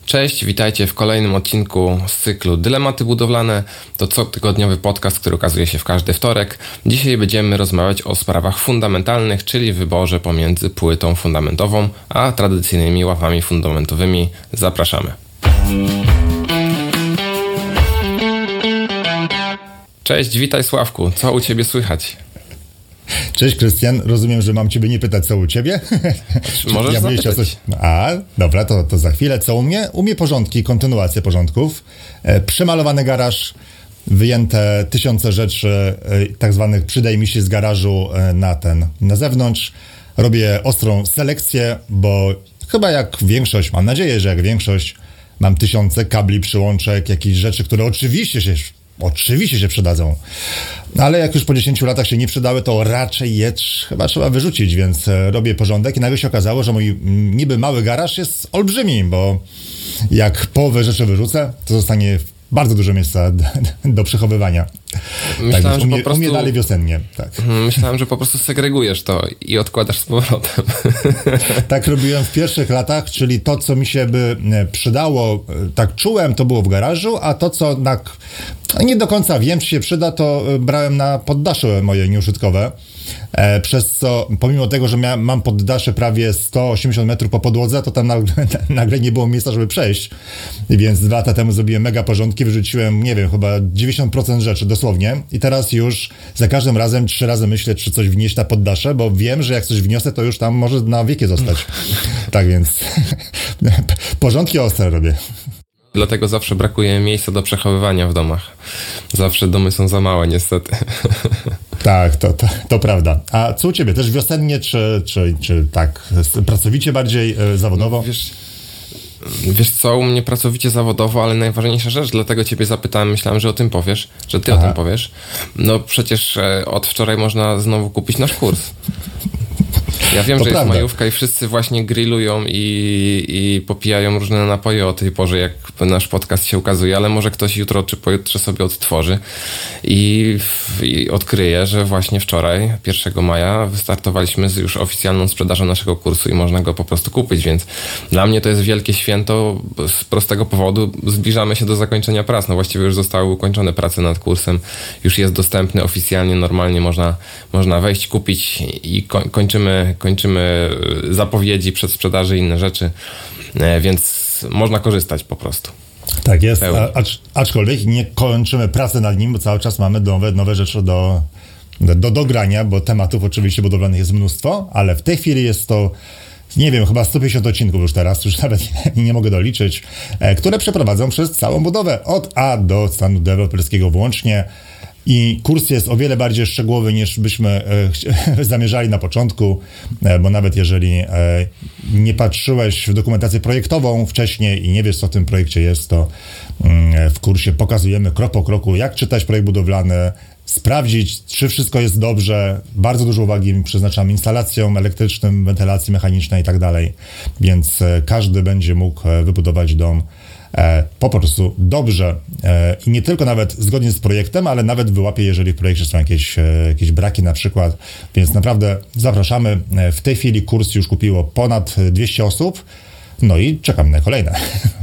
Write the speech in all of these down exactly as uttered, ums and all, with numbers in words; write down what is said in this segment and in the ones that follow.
Cześć, witajcie w kolejnym odcinku z cyklu Dylematy budowlane. To cotygodniowy podcast, który ukazuje się w każdy wtorek. Dzisiaj będziemy rozmawiać o sprawach fundamentalnych, czyli wyborze pomiędzy płytą fundamentową a tradycyjnymi ławami fundamentowymi. Zapraszamy. Cześć, witaj Sławku. Co u Ciebie słychać? Cześć Krystian, rozumiem, że mam Ciebie nie pytać, co u Ciebie? Możesz ja zapytać. Coś... A, dobra, to, to za chwilę. Co u mnie? U mnie porządki, kontynuacja porządków. E, przemalowany garaż, wyjęte tysiące rzeczy, e, tak zwanych przydaj mi się z garażu e, na ten, na zewnątrz. Robię ostrą selekcję, bo chyba jak większość, mam nadzieję, że jak większość, mam tysiące kabli, przyłączek, jakichś rzeczy, które oczywiście się Oczywiście się przydadzą, ale jak już po dziesięciu latach się nie przydały, to raczej je chyba trzeba wyrzucić, więc robię porządek i nagle się okazało, że mój niby mały garaż jest olbrzymi, bo jak połowę rzeczy wyrzucę, to zostanie bardzo dużo miejsca do, do przechowywania. Myślałem, tak, że umie, po prostu... umie dalej wiosennie. Tak. Myślałem, że po prostu segregujesz to i odkładasz z powrotem. Tak robiłem w pierwszych latach, czyli to, co mi się by przydało, tak czułem, to było w garażu, a to, co na... nie do końca wiem, czy się przyda, to brałem na poddasze moje nieużytkowe. E, przez co, pomimo tego, że miałem, mam poddasze prawie sto osiemdziesiąt metrów po podłodze, to tam nagle, nagle nie było miejsca, żeby przejść. Więc dwa lata temu zrobiłem mega porządki, wyrzuciłem, nie wiem, chyba dziewięćdziesiąt procent rzeczy, dosłownie. I teraz już za każdym razem trzy razy myślę, czy coś wnieść na poddasze, bo wiem, że jak coś wniosę, to już tam może na wieki zostać. Tak więc porządki ostre robię. Dlatego zawsze brakuje miejsca do przechowywania w domach. Zawsze domy są za małe, niestety. Tak, to, to, to prawda. A co u Ciebie? Też wiosennie, czy, czy, czy tak pracowicie bardziej e, zawodowo? No, wiesz, wiesz co, u mnie pracowicie zawodowo, ale najważniejsza rzecz, dlatego Ciebie zapytałem, myślałem, że o tym powiesz, że Ty Aha. o tym powiesz. No przecież e, od wczoraj można znowu kupić nasz kurs. Ja wiem, to że prawda. jest majówka i wszyscy właśnie grillują i, i popijają różne napoje o tej porze, jak nasz podcast się ukazuje, ale może ktoś jutro czy pojutrze sobie odtworzy i, i odkryje, że właśnie wczoraj, pierwszego maja, wystartowaliśmy z już oficjalną sprzedażą naszego kursu i można go po prostu kupić, więc dla mnie to jest wielkie święto z prostego powodu. Zbliżamy się do zakończenia prac. No właściwie już zostały ukończone prace nad kursem, już jest dostępny oficjalnie, normalnie można, można wejść, kupić i koń, kończymy kończymy zapowiedzi, przedsprzedaży i inne rzeczy, więc można korzystać po prostu. Tak jest, A, acz, aczkolwiek nie kończymy pracy nad nim, bo cały czas mamy nowe, nowe rzeczy do, do dogrania, bo tematów oczywiście budowlanych jest mnóstwo, ale w tej chwili jest to, nie wiem, chyba sto pięćdziesiąt odcinków już teraz, już nawet nie, nie mogę doliczyć, które przeprowadzą przez całą budowę, od A do stanu deweloperskiego włącznie. I kurs jest o wiele bardziej szczegółowy, niż byśmy e, zamierzali na początku, e, bo nawet jeżeli e, nie patrzyłeś w dokumentację projektową wcześniej i nie wiesz, co w tym projekcie jest, to mm, w kursie pokazujemy krok po kroku, jak czytać projekt budowlany, sprawdzić, czy wszystko jest dobrze. Bardzo dużo uwagi przeznaczamy instalacjom elektrycznym, wentylacji mechanicznej i tak dalej, więc e, każdy będzie mógł wybudować dom E, po prostu dobrze e, i nie tylko nawet zgodnie z projektem, ale nawet wyłapie, jeżeli w projekcie są jakieś, e, jakieś braki na przykład, więc naprawdę zapraszamy. E, w tej chwili kurs już kupiło ponad dwieście osób, no i czekamy na kolejne.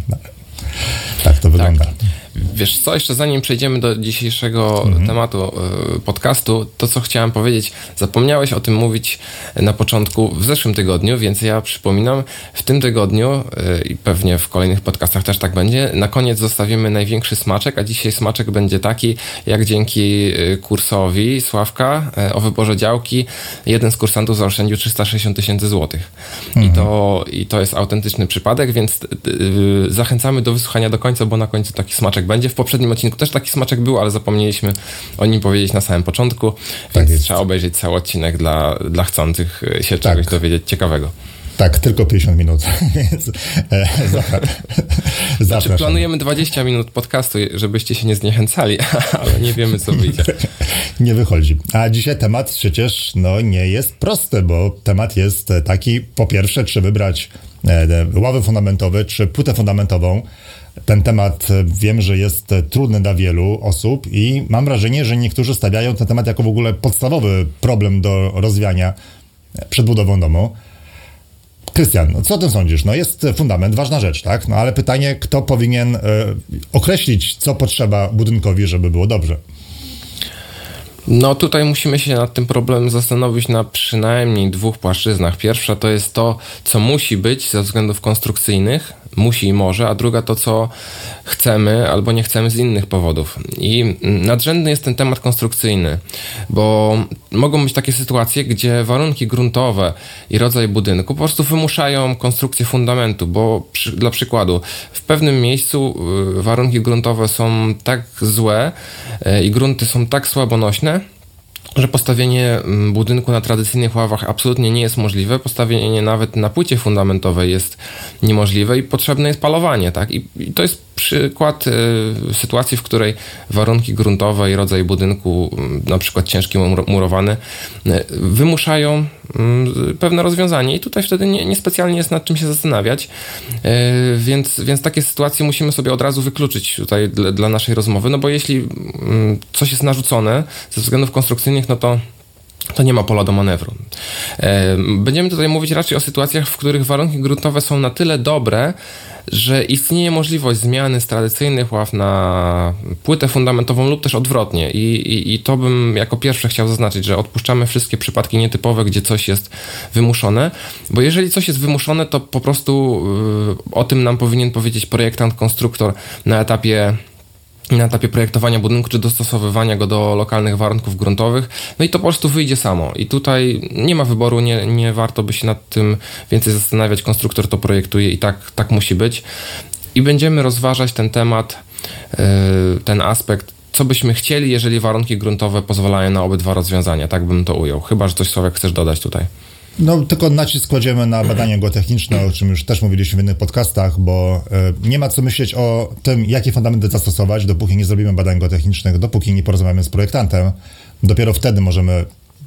Tak to wygląda. Tak. Wiesz co, jeszcze zanim przejdziemy do dzisiejszego mhm. tematu y, podcastu, to co chciałem powiedzieć, zapomniałeś o tym mówić na początku w zeszłym tygodniu, więc ja przypominam, w tym tygodniu y, i pewnie w kolejnych podcastach też tak będzie, na koniec zostawimy największy smaczek, a dzisiaj smaczek będzie taki, jak dzięki kursowi Sławka y, o wyborze działki jeden z kursantów zaoszczędził trzysta sześćdziesiąt tysięcy złotych. Mhm. I, to, I to jest autentyczny przypadek, więc y, zachęcamy do wysłuchania do końca, bo na końcu taki smaczek będzie. W poprzednim odcinku też taki smaczek był, ale zapomnieliśmy o nim powiedzieć na samym początku, tak więc trzeba obejrzeć cały odcinek dla, dla chcących się tak. czegoś dowiedzieć ciekawego. Tak, tylko pięćdziesiąt minut, więc e, zapraszam. Znaczy, planujemy dwadzieścia minut podcastu, żebyście się nie zniechęcali, ale nie wiemy, co wyjdzie. Nie wychodzi. A dzisiaj temat przecież no, nie jest prosty, bo temat jest taki, po pierwsze, czy wybrać e, ławy fundamentowe, czy płytę fundamentową. Ten temat wiem, że jest trudny dla wielu osób i mam wrażenie, że niektórzy stawiają ten temat jako w ogóle podstawowy problem do rozwiania przed budową domu. Krystian, no co o tym sądzisz? No jest fundament, ważna rzecz, tak? No ale pytanie, kto powinien y, określić, co potrzeba budynkowi, żeby było dobrze? No tutaj musimy się nad tym problemem zastanowić na przynajmniej dwóch płaszczyznach. Pierwsza to jest to, co musi być ze względów konstrukcyjnych, musi i może, a druga to, co chcemy albo nie chcemy z innych powodów. I nadrzędny jest ten temat konstrukcyjny, bo mogą być takie sytuacje, gdzie warunki gruntowe i rodzaj budynku po prostu wymuszają konstrukcję fundamentu, bo przy, dla przykładu w pewnym miejscu y, warunki gruntowe są tak złe y, i grunty są tak słabonośne, że postawienie budynku na tradycyjnych ławach absolutnie nie jest możliwe, postawienie nawet na płycie fundamentowej jest niemożliwe i potrzebne jest palowanie, tak? I, i to jest przykład y, sytuacji, w której warunki gruntowe i rodzaj budynku, y, na przykład ciężki murowany, y, wymuszają y, pewne rozwiązanie i tutaj wtedy nie, nie specjalnie jest nad czym się zastanawiać, y, więc, więc takie sytuacje musimy sobie od razu wykluczyć tutaj dla, dla naszej rozmowy, no bo jeśli y, coś jest narzucone ze względów konstrukcyjnych, no to to nie ma pola do manewru. Będziemy tutaj mówić raczej o sytuacjach, w których warunki gruntowe są na tyle dobre, że istnieje możliwość zmiany z tradycyjnych ław na płytę fundamentową lub też odwrotnie. I, i, i to bym jako pierwsze chciał zaznaczyć, że odpuszczamy wszystkie przypadki nietypowe, gdzie coś jest wymuszone, bo jeżeli coś jest wymuszone, to po prostu yy, o tym nam powinien powiedzieć projektant, konstruktor na etapie na etapie projektowania budynku, czy dostosowywania go do lokalnych warunków gruntowych, no i to po prostu wyjdzie samo. I tutaj nie ma wyboru, nie, nie warto by się nad tym więcej zastanawiać, konstruktor to projektuje i tak, tak musi być. I będziemy rozważać ten temat, yy, ten aspekt, co byśmy chcieli, jeżeli warunki gruntowe pozwalają na obydwa rozwiązania, tak bym to ujął. Chyba że coś, Sławek, chcesz dodać tutaj. No tylko nacisk kładziemy na badania geotechniczne, o czym już też mówiliśmy w innych podcastach, bo y, nie ma co myśleć o tym, jakie fundamenty zastosować, dopóki nie zrobimy badań geotechnicznych, dopóki nie porozmawiamy z projektantem. Dopiero wtedy możemy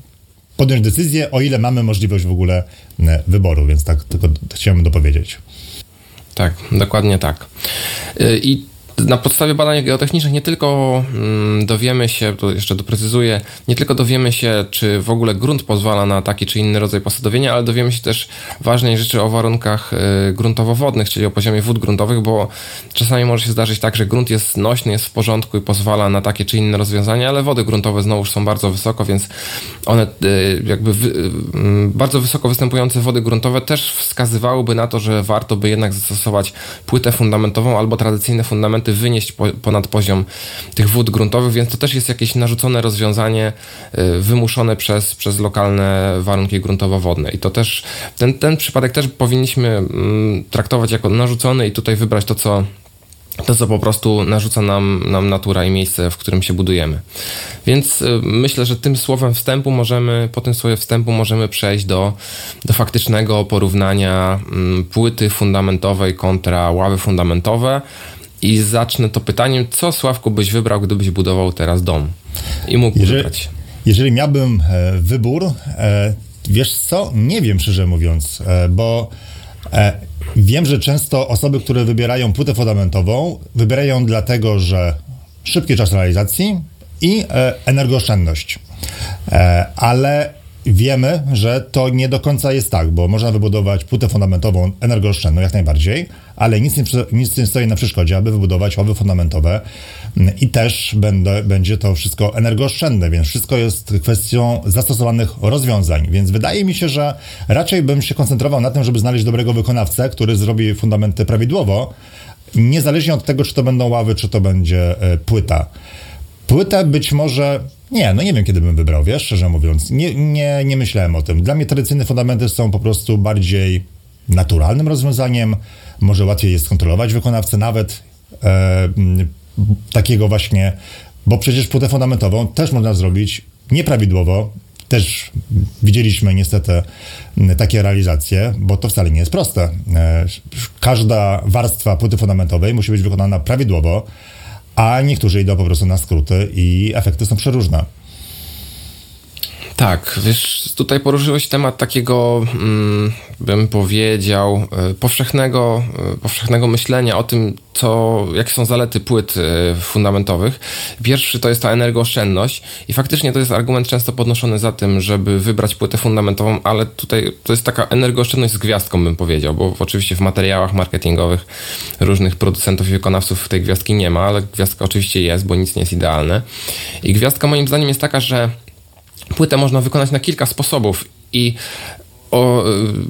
podjąć decyzję, o ile mamy możliwość w ogóle y, wyboru, więc tak tylko chciałem dopowiedzieć. Tak, dokładnie tak. Y, I na podstawie badań geotechnicznych nie tylko mm, dowiemy się, to jeszcze doprecyzuję, nie tylko dowiemy się, czy w ogóle grunt pozwala na taki czy inny rodzaj posadowienia, ale dowiemy się też ważnej rzeczy o warunkach y, gruntowo-wodnych, czyli o poziomie wód gruntowych, bo czasami może się zdarzyć tak, że grunt jest nośny, jest w porządku i pozwala na takie czy inne rozwiązania, ale wody gruntowe znowuż są bardzo wysoko, więc one y, jakby wy, y, bardzo wysoko występujące wody gruntowe też wskazywałyby na to, że warto by jednak zastosować płytę fundamentową albo tradycyjne fundamenty wynieść po, ponad poziom tych wód gruntowych, więc to też jest jakieś narzucone rozwiązanie y, wymuszone przez, przez lokalne warunki gruntowo-wodne i to też, ten, ten przypadek też powinniśmy mm, traktować jako narzucony i tutaj wybrać to, co to, co po prostu narzuca nam, nam natura i miejsce, w którym się budujemy. Więc y, myślę, że tym słowem wstępu możemy, po tym słowie wstępu możemy przejść do, do faktycznego porównania y, płyty fundamentowej kontra ławy fundamentowe. I zacznę to pytaniem, co, Sławku, byś wybrał, gdybyś budował teraz dom? I mógł jeżeli, wybrać. Jeżeli miałbym e, wybór, e, wiesz co, nie wiem szczerze mówiąc, e, bo e, wiem, że często osoby, które wybierają płytę fundamentową, wybierają dlatego, że szybki czas realizacji i e, energooszczędność. E, ale wiemy, że to nie do końca jest tak, bo można wybudować płytę fundamentową energooszczędną jak najbardziej, ale nic nie, nic nie stoi na przeszkodzie, aby wybudować ławy fundamentowe i też będę, będzie to wszystko energooszczędne, więc wszystko jest kwestią zastosowanych rozwiązań, więc wydaje mi się, że raczej bym się koncentrował na tym, żeby znaleźć dobrego wykonawcę, który zrobi fundamenty prawidłowo, niezależnie od tego, czy to będą ławy, czy to będzie płyta. Płytę być może... Nie, no nie wiem, kiedy bym wybrał, wiesz, szczerze mówiąc. Nie, nie, nie myślałem o tym. Dla mnie tradycyjne fundamenty są po prostu bardziej naturalnym rozwiązaniem. Może łatwiej jest kontrolować wykonawcę nawet e, takiego właśnie, bo przecież płytę fundamentową też można zrobić nieprawidłowo. Też widzieliśmy niestety takie realizacje, bo to wcale nie jest proste. E, każda warstwa płyty fundamentowej musi być wykonana prawidłowo, a niektórzy idą po prostu na skróty i efekty są przeróżne. Tak, wiesz, tutaj poruszyłeś temat takiego, mm, bym powiedział, powszechnego, powszechnego myślenia o tym, co, jakie są zalety płyt fundamentowych. Pierwszy to jest ta energooszczędność i faktycznie to jest argument często podnoszony za tym, żeby wybrać płytę fundamentową, ale tutaj to jest taka energooszczędność z gwiazdką, bym powiedział, bo oczywiście w materiałach marketingowych różnych producentów i wykonawców tej gwiazdki nie ma, ale gwiazdka oczywiście jest, bo nic nie jest idealne. I gwiazdka moim zdaniem jest taka, że płytę można wykonać na kilka sposobów i o,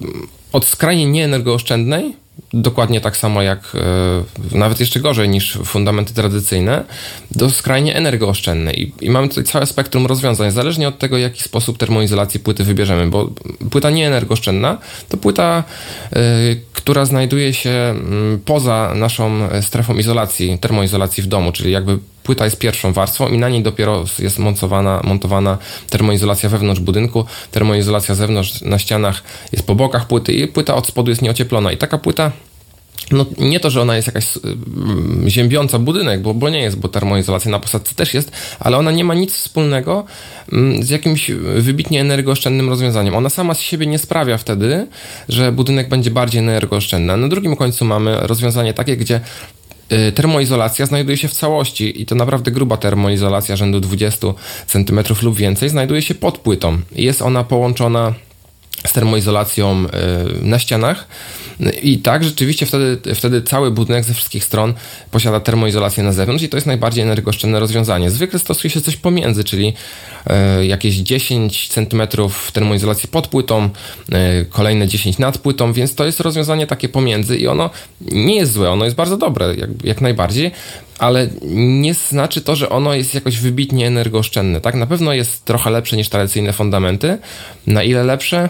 od skrajnie nieenergooszczędnej, dokładnie tak samo jak, e, nawet jeszcze gorzej niż fundamenty tradycyjne, do skrajnie energooszczędnej. I, I mamy tutaj całe spektrum rozwiązań, zależnie od tego, jaki sposób termoizolacji płyty wybierzemy, bo płyta nieenergooszczędna to płyta, e, która znajduje się m, poza naszą strefą izolacji, termoizolacji w domu, czyli jakby płyta jest pierwszą warstwą i na niej dopiero jest montowana, montowana termoizolacja wewnątrz budynku. Termoizolacja zewnątrz na ścianach jest po bokach płyty i płyta od spodu jest nieocieplona. I taka płyta, no nie to, że ona jest jakaś ziębiąca budynek, bo, bo nie jest, bo termoizolacja na posadzce też jest, ale ona nie ma nic wspólnego z jakimś wybitnie energooszczędnym rozwiązaniem. Ona sama z siebie nie sprawia wtedy, że budynek będzie bardziej energooszczędny. Na drugim końcu mamy rozwiązanie takie, gdzie termoizolacja znajduje się w całości i to naprawdę gruba termoizolacja rzędu dwadzieścia centymetrów lub więcej znajduje się pod płytą. Jest ona połączona z termoizolacją na ścianach i tak rzeczywiście wtedy, wtedy cały budynek ze wszystkich stron posiada termoizolację na zewnątrz i to jest najbardziej energooszczędne rozwiązanie. Zwykle stosuje się coś pomiędzy, czyli jakieś dziesięć centymetrów termoizolacji pod płytą, kolejne dziesięć nad płytą, więc to jest rozwiązanie takie pomiędzy i ono nie jest złe, ono jest bardzo dobre, jak, jak najbardziej, ale nie znaczy to, że ono jest jakoś wybitnie energooszczędne. Tak? Na pewno jest trochę lepsze niż tradycyjne fundamenty. Na ile lepsze?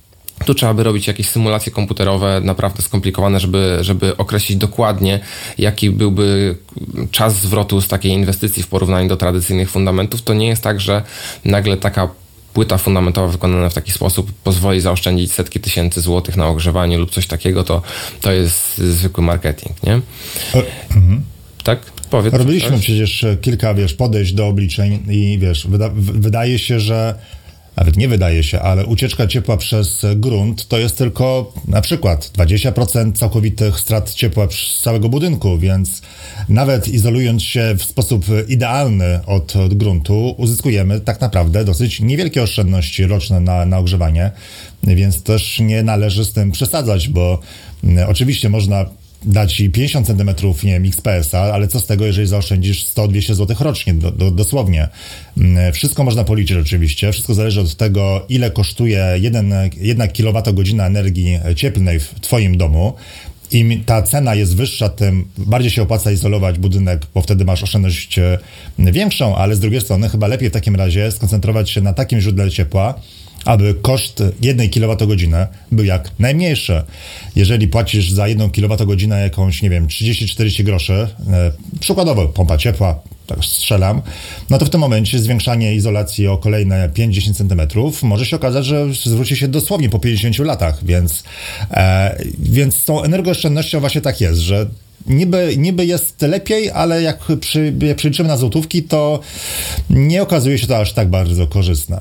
Tu trzeba by robić jakieś symulacje komputerowe naprawdę skomplikowane, żeby, żeby określić dokładnie, jaki byłby czas zwrotu z takiej inwestycji w porównaniu do tradycyjnych fundamentów. To nie jest tak, że nagle taka płyta fundamentowa wykonana w taki sposób pozwoli zaoszczędzić setki tysięcy złotych na ogrzewaniu lub coś takiego. To, to jest zwykły marketing, nie? Mhm. Tak? Powiedz. Robiliśmy tak? przecież kilka, wiesz, podejść do obliczeń i wiesz, wyda- wydaje się, że nawet nie wydaje się, ale ucieczka ciepła przez grunt to jest tylko na przykład dwadzieścia procent całkowitych strat ciepła z całego budynku, więc nawet izolując się w sposób idealny od, od gruntu, uzyskujemy tak naprawdę dosyć niewielkie oszczędności roczne na, na ogrzewanie, więc też nie należy z tym przesadzać, bo oczywiście można dać ci pięćdziesiąt centymetrów, nie wiem, X P S a, ale co z tego, jeżeli zaoszczędzisz sto dwieście złotych rocznie, do, do, dosłownie. Wszystko można policzyć oczywiście, wszystko zależy od tego, ile kosztuje jeden, jedna kilowatogodzina energii cieplnej w twoim domu. Im ta cena jest wyższa, tym bardziej się opłaca izolować budynek, bo wtedy masz oszczędność większą, ale z drugiej strony chyba lepiej w takim razie skoncentrować się na takim źródle ciepła, aby koszt jednej kilowatogodziny był jak najmniejszy. Jeżeli płacisz za jedną kilowatogodzinę jakąś, nie wiem, trzydzieści czterdzieści groszy, e, przykładowo pompa ciepła, tak strzelam, no to w tym momencie zwiększanie izolacji o kolejne pięć do dziesięciu centymetrów może się okazać, że zwróci się dosłownie po pięćdziesięciu latach, więc, e, więc z tą energooszczędnością właśnie tak jest, że Niby, niby jest lepiej, ale jak, przy, jak przeliczymy na złotówki, to nie okazuje się to aż tak bardzo korzystne.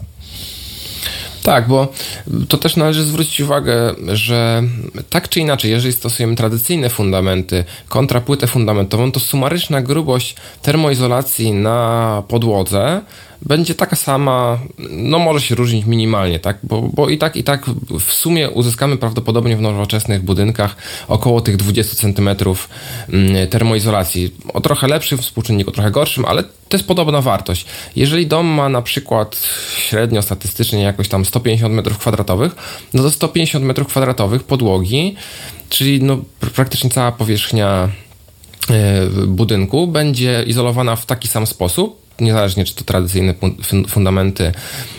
Tak, bo to też należy zwrócić uwagę, że tak czy inaczej, jeżeli stosujemy tradycyjne fundamenty kontra płytę fundamentową, to sumaryczna grubość termoizolacji na podłodze będzie taka sama, no może się różnić minimalnie, tak? Bo, bo i tak i tak w sumie uzyskamy prawdopodobnie w nowoczesnych budynkach około tych dwudziestu centymetrów termoizolacji. O trochę lepszym współczynniku, trochę gorszym, ale to jest podobna wartość. Jeżeli dom ma na przykład średnio statystycznie jakoś tam sto pięćdziesiąt metrów kwadratowych, no to sto pięćdziesiąt metrów kwadratowych podłogi, czyli no praktycznie cała powierzchnia budynku będzie izolowana w taki sam sposób, niezależnie czy to tradycyjne fundamenty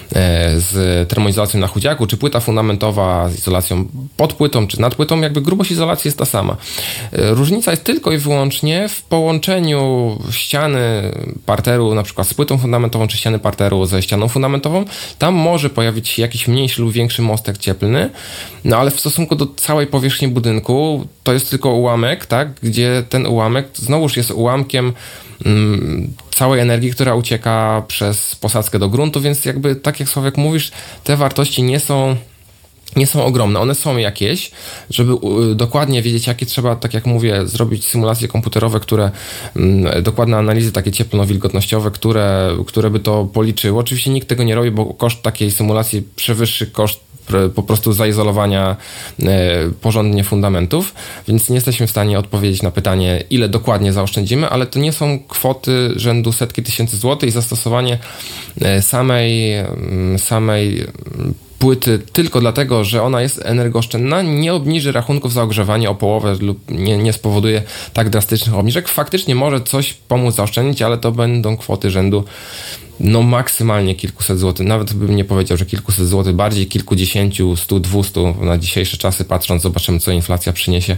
z termoizolacją na chudziaku, czy płyta fundamentowa z izolacją pod płytą, czy nad płytą, jakby grubość izolacji jest ta sama. Różnica jest tylko i wyłącznie w połączeniu ściany parteru, na przykład z płytą fundamentową, czy ściany parteru ze ścianą fundamentową. Tam może pojawić się jakiś mniejszy lub większy mostek cieplny, no ale w stosunku do całej powierzchni budynku to jest tylko ułamek, tak, gdzie ten ułamek znowuż jest ułamkiem całej energii, która ucieka przez posadzkę do gruntu, więc jakby tak jak Sławek mówisz, te wartości nie są nie są ogromne. One są jakieś, żeby y, dokładnie wiedzieć, jakie trzeba, tak jak mówię, zrobić symulacje komputerowe, które y, dokładne analizy takie cieplno-wilgotnościowe, które, które by to policzyły. Oczywiście nikt tego nie robi, bo koszt takiej symulacji przewyższy koszt po prostu zaizolowania y, porządnie fundamentów, więc nie jesteśmy w stanie odpowiedzieć na pytanie, ile dokładnie zaoszczędzimy, ale to nie są kwoty rzędu setki tysięcy złotych i zastosowanie y, samej, y, samej płyty tylko dlatego, że ona jest energooszczędna, nie obniży rachunków za ogrzewanie o połowę lub nie, nie spowoduje tak drastycznych obniżek. Faktycznie może coś pomóc zaoszczędzić, ale to będą kwoty rzędu no maksymalnie kilkuset złotych. Nawet bym nie powiedział, że kilkuset złotych, bardziej kilkudziesięciu, stu, dwustu na dzisiejsze czasy patrząc, zobaczymy, co inflacja przyniesie.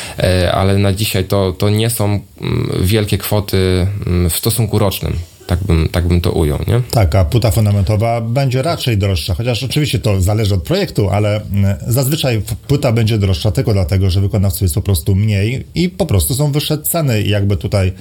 Ale na dzisiaj to, to nie są wielkie kwoty w stosunku rocznym. Tak bym, tak bym to ujął, nie? Tak, a płyta fundamentowa będzie raczej droższa, chociaż oczywiście to zależy od projektu, ale zazwyczaj płyta będzie droższa tylko dlatego, że wykonawców jest po prostu mniej i po prostu są wyższe ceny i jakby tutaj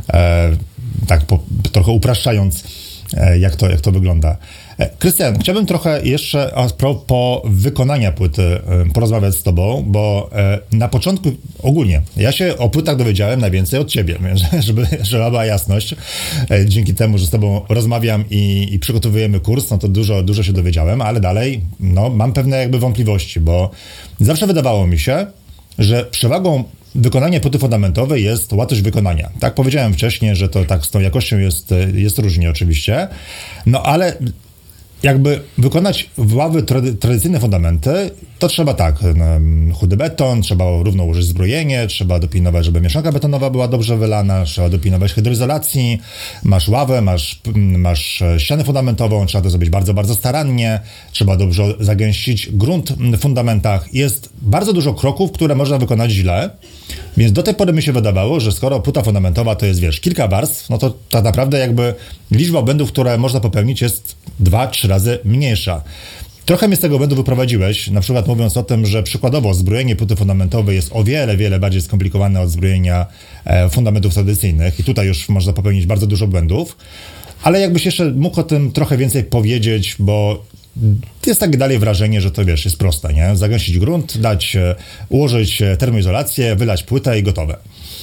e, tak po, trochę upraszczając, e, jak, to, jak to wygląda. Krystian, chciałbym trochę jeszcze a propos wykonania płyty porozmawiać z tobą, bo na początku ogólnie ja się o płytach dowiedziałem najwięcej od ciebie, żeby, żeby była jasność. Dzięki temu, że z tobą rozmawiam i, i przygotowujemy kurs, no to dużo, dużo się dowiedziałem, ale dalej no, mam pewne jakby wątpliwości, bo zawsze wydawało mi się, że przewagą wykonania płyty fundamentowej jest łatwość wykonania. Tak powiedziałem wcześniej, że to tak z tą jakością jest, jest różnie oczywiście, no ale jakby wykonać ławy trady, tradycyjne fundamenty, to trzeba tak, chudy beton, trzeba równo ułożyć zbrojenie, trzeba dopilnować, żeby mieszanka betonowa była dobrze wylana, trzeba dopilnować hydroizolacji, masz ławę, masz, masz ścianę fundamentową, trzeba to zrobić bardzo, bardzo starannie, trzeba dobrze zagęścić grunt w fundamentach. Jest bardzo dużo kroków, które można wykonać źle, więc do tej pory mi się wydawało, że skoro płyta fundamentowa to jest, wiesz, kilka warstw, no to tak naprawdę jakby liczba błędów, które można popełnić jest dwa, trzy razy mniejsza. Trochę mnie z tego błędu wyprowadziłeś, na przykład mówiąc o tym, że przykładowo zbrojenie płyty fundamentowej jest o wiele, wiele bardziej skomplikowane od zbrojenia e, fundamentów tradycyjnych i tutaj już można popełnić bardzo dużo błędów, ale jakbyś jeszcze mógł o tym trochę więcej powiedzieć, bo jest takie dalej wrażenie, że to wiesz, jest proste, nie? Zagęścić grunt, dać, ułożyć termoizolację, wylać płytę i gotowe.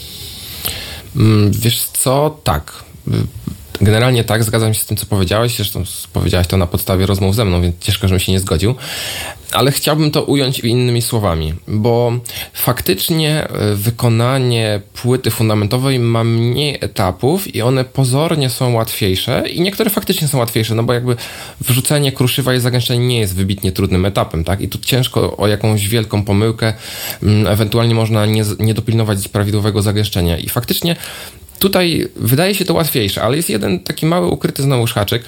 Wiesz co, tak. Generalnie tak, zgadzam się z tym, co powiedziałeś. Zresztą powiedziałeś to na podstawie rozmów ze mną, więc ciężko, żebym się nie zgodził. Ale chciałbym to ująć innymi słowami, bo faktycznie wykonanie płyty fundamentowej ma mniej etapów i one pozornie są łatwiejsze i niektóre faktycznie są łatwiejsze, no bo jakby wrzucenie kruszywa i zagęszczenie nie jest wybitnie trudnym etapem, tak? I tu ciężko o jakąś wielką pomyłkę, ewentualnie można nie, nie dopilnować prawidłowego zagęszczenia i faktycznie tutaj wydaje się to łatwiejsze, ale jest jeden taki mały ukryty znowu haczyk.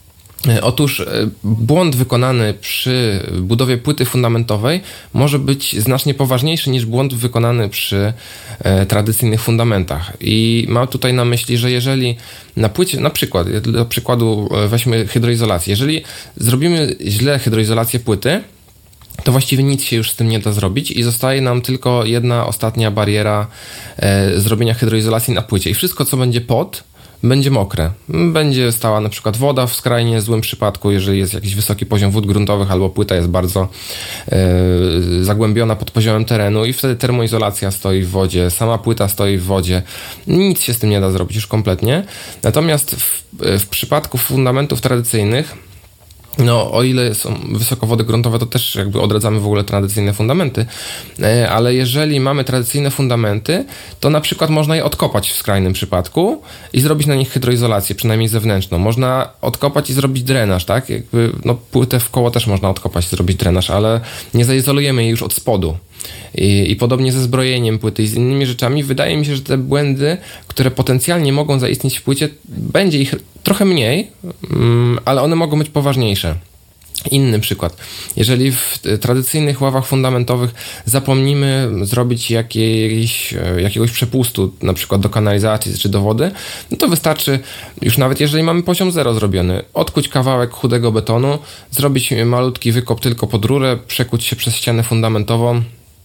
Otóż błąd wykonany przy budowie płyty fundamentowej może być znacznie poważniejszy niż błąd wykonany przy e, tradycyjnych fundamentach. I mam tutaj na myśli, że jeżeli na płycie, na przykład, dla przykładu weźmy hydroizolację, jeżeli zrobimy źle hydroizolację płyty, to właściwie nic się już z tym nie da zrobić i zostaje nam tylko jedna ostatnia bariera e, zrobienia hydroizolacji na płycie. I wszystko, co będzie pod, będzie mokre. Będzie stała na przykład woda w skrajnie złym przypadku, jeżeli jest jakiś wysoki poziom wód gruntowych albo płyta jest bardzo e, zagłębiona pod poziomem terenu i wtedy termoizolacja stoi w wodzie, sama płyta stoi w wodzie. Nic się z tym nie da zrobić już kompletnie. Natomiast w, w przypadku fundamentów tradycyjnych, no, o ile są wysokowody gruntowe, to też jakby odradzamy w ogóle tradycyjne fundamenty, ale jeżeli mamy tradycyjne fundamenty, to na przykład można je odkopać w skrajnym przypadku i zrobić na nich hydroizolację, przynajmniej zewnętrzną. Można odkopać i zrobić drenaż, tak? Jakby, no, płytę w koło też można odkopać i zrobić drenaż, ale nie zaizolujemy jej już od spodu. I, I podobnie ze zbrojeniem płyty i z innymi rzeczami. Wydaje mi się, że te błędy, które potencjalnie mogą zaistnieć w płycie, będzie ich trochę mniej, ale one mogą być poważniejsze. Inny przykład. Jeżeli w tradycyjnych ławach fundamentowych zapomnimy zrobić jakiejś, jakiegoś przepustu, na przykład do kanalizacji czy do wody, no to wystarczy, już nawet jeżeli mamy poziom zero zrobiony, odkuć kawałek chudego betonu, zrobić malutki wykop tylko pod rurę, przekuć się przez ścianę fundamentową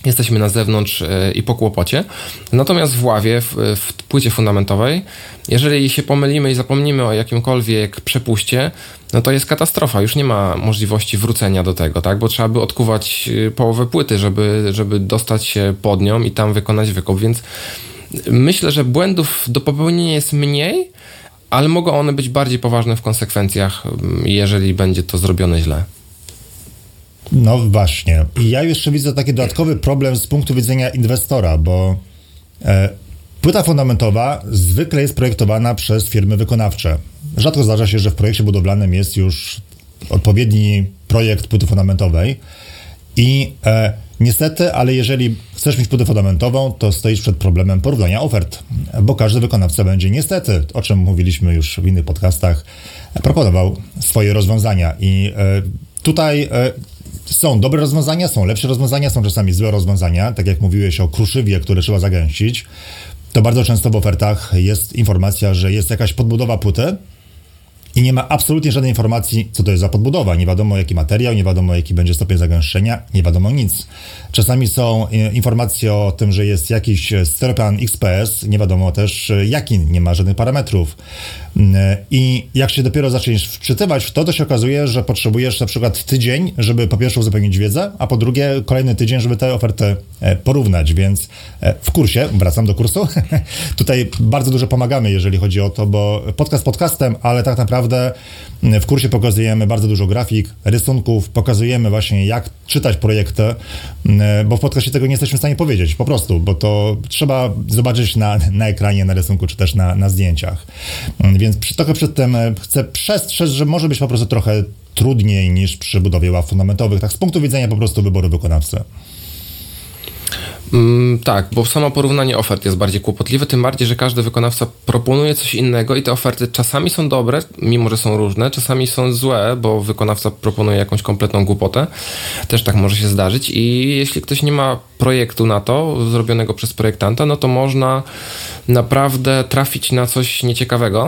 jesteśmy na zewnątrz i po kłopocie. Natomiast w ławie, w, w płycie fundamentowej, jeżeli się pomylimy i zapomnimy o jakimkolwiek przepuście, no to jest katastrofa. Już nie ma możliwości wrócenia do tego, tak? Bo trzeba by odkuwać połowę płyty, żeby, żeby dostać się pod nią i tam wykonać wykop. Więc myślę, że błędów do popełnienia jest mniej, ale mogą one być bardziej poważne w konsekwencjach, jeżeli będzie to zrobione źle. No właśnie. I ja jeszcze widzę taki dodatkowy problem z punktu widzenia inwestora, bo e, płyta fundamentowa zwykle jest projektowana przez firmy wykonawcze. Rzadko zdarza się, że w projekcie budowlanym jest już odpowiedni projekt płyty fundamentowej i e, niestety, ale jeżeli chcesz mieć płytę fundamentową, to stoisz przed problemem porównania ofert, bo każdy wykonawca będzie niestety, o czym mówiliśmy już w innych podcastach, proponował swoje rozwiązania i e, tutaj e, są dobre rozwiązania, są lepsze rozwiązania, są czasami złe rozwiązania, tak jak mówiłeś o kruszywie, które trzeba zagęścić, to bardzo często w ofertach jest informacja, że jest jakaś podbudowa płyty i nie ma absolutnie żadnej informacji, co to jest za podbudowa. Nie wiadomo, jaki materiał, nie wiadomo, jaki będzie stopień zagęszczenia, nie wiadomo nic. Czasami są informacje o tym, że jest jakiś styropian X P S, nie wiadomo też jaki, nie ma żadnych parametrów. I jak się dopiero zaczniesz wczytywać w to, to się okazuje, że potrzebujesz na przykład tydzień, żeby po pierwsze uzupełnić wiedzę, a po drugie kolejny tydzień, żeby tę ofertę porównać, więc w kursie, wracam do kursu, tutaj bardzo dużo pomagamy, jeżeli chodzi o to, bo podcast podcastem, ale tak naprawdę w kursie pokazujemy bardzo dużo grafik, rysunków, pokazujemy właśnie jak czytać projekty, bo w podcastie tego nie jesteśmy w stanie powiedzieć, po prostu, bo to trzeba zobaczyć na, na ekranie, na rysunku, czy też na, na zdjęciach. Więc przy, trochę przed tym chcę przestrzec, że może być po prostu trochę trudniej niż przy budowie ław fundamentowych, tak z punktu widzenia po prostu wyboru wykonawcy. Mm, tak, bo samo porównanie ofert jest bardziej kłopotliwe, tym bardziej, że każdy wykonawca proponuje coś innego i te oferty czasami są dobre, mimo że są różne, czasami są złe, bo wykonawca proponuje jakąś kompletną głupotę. Też tak może się zdarzyć i jeśli ktoś nie ma projektu na to, zrobionego przez projektanta, no to można naprawdę trafić na coś nieciekawego.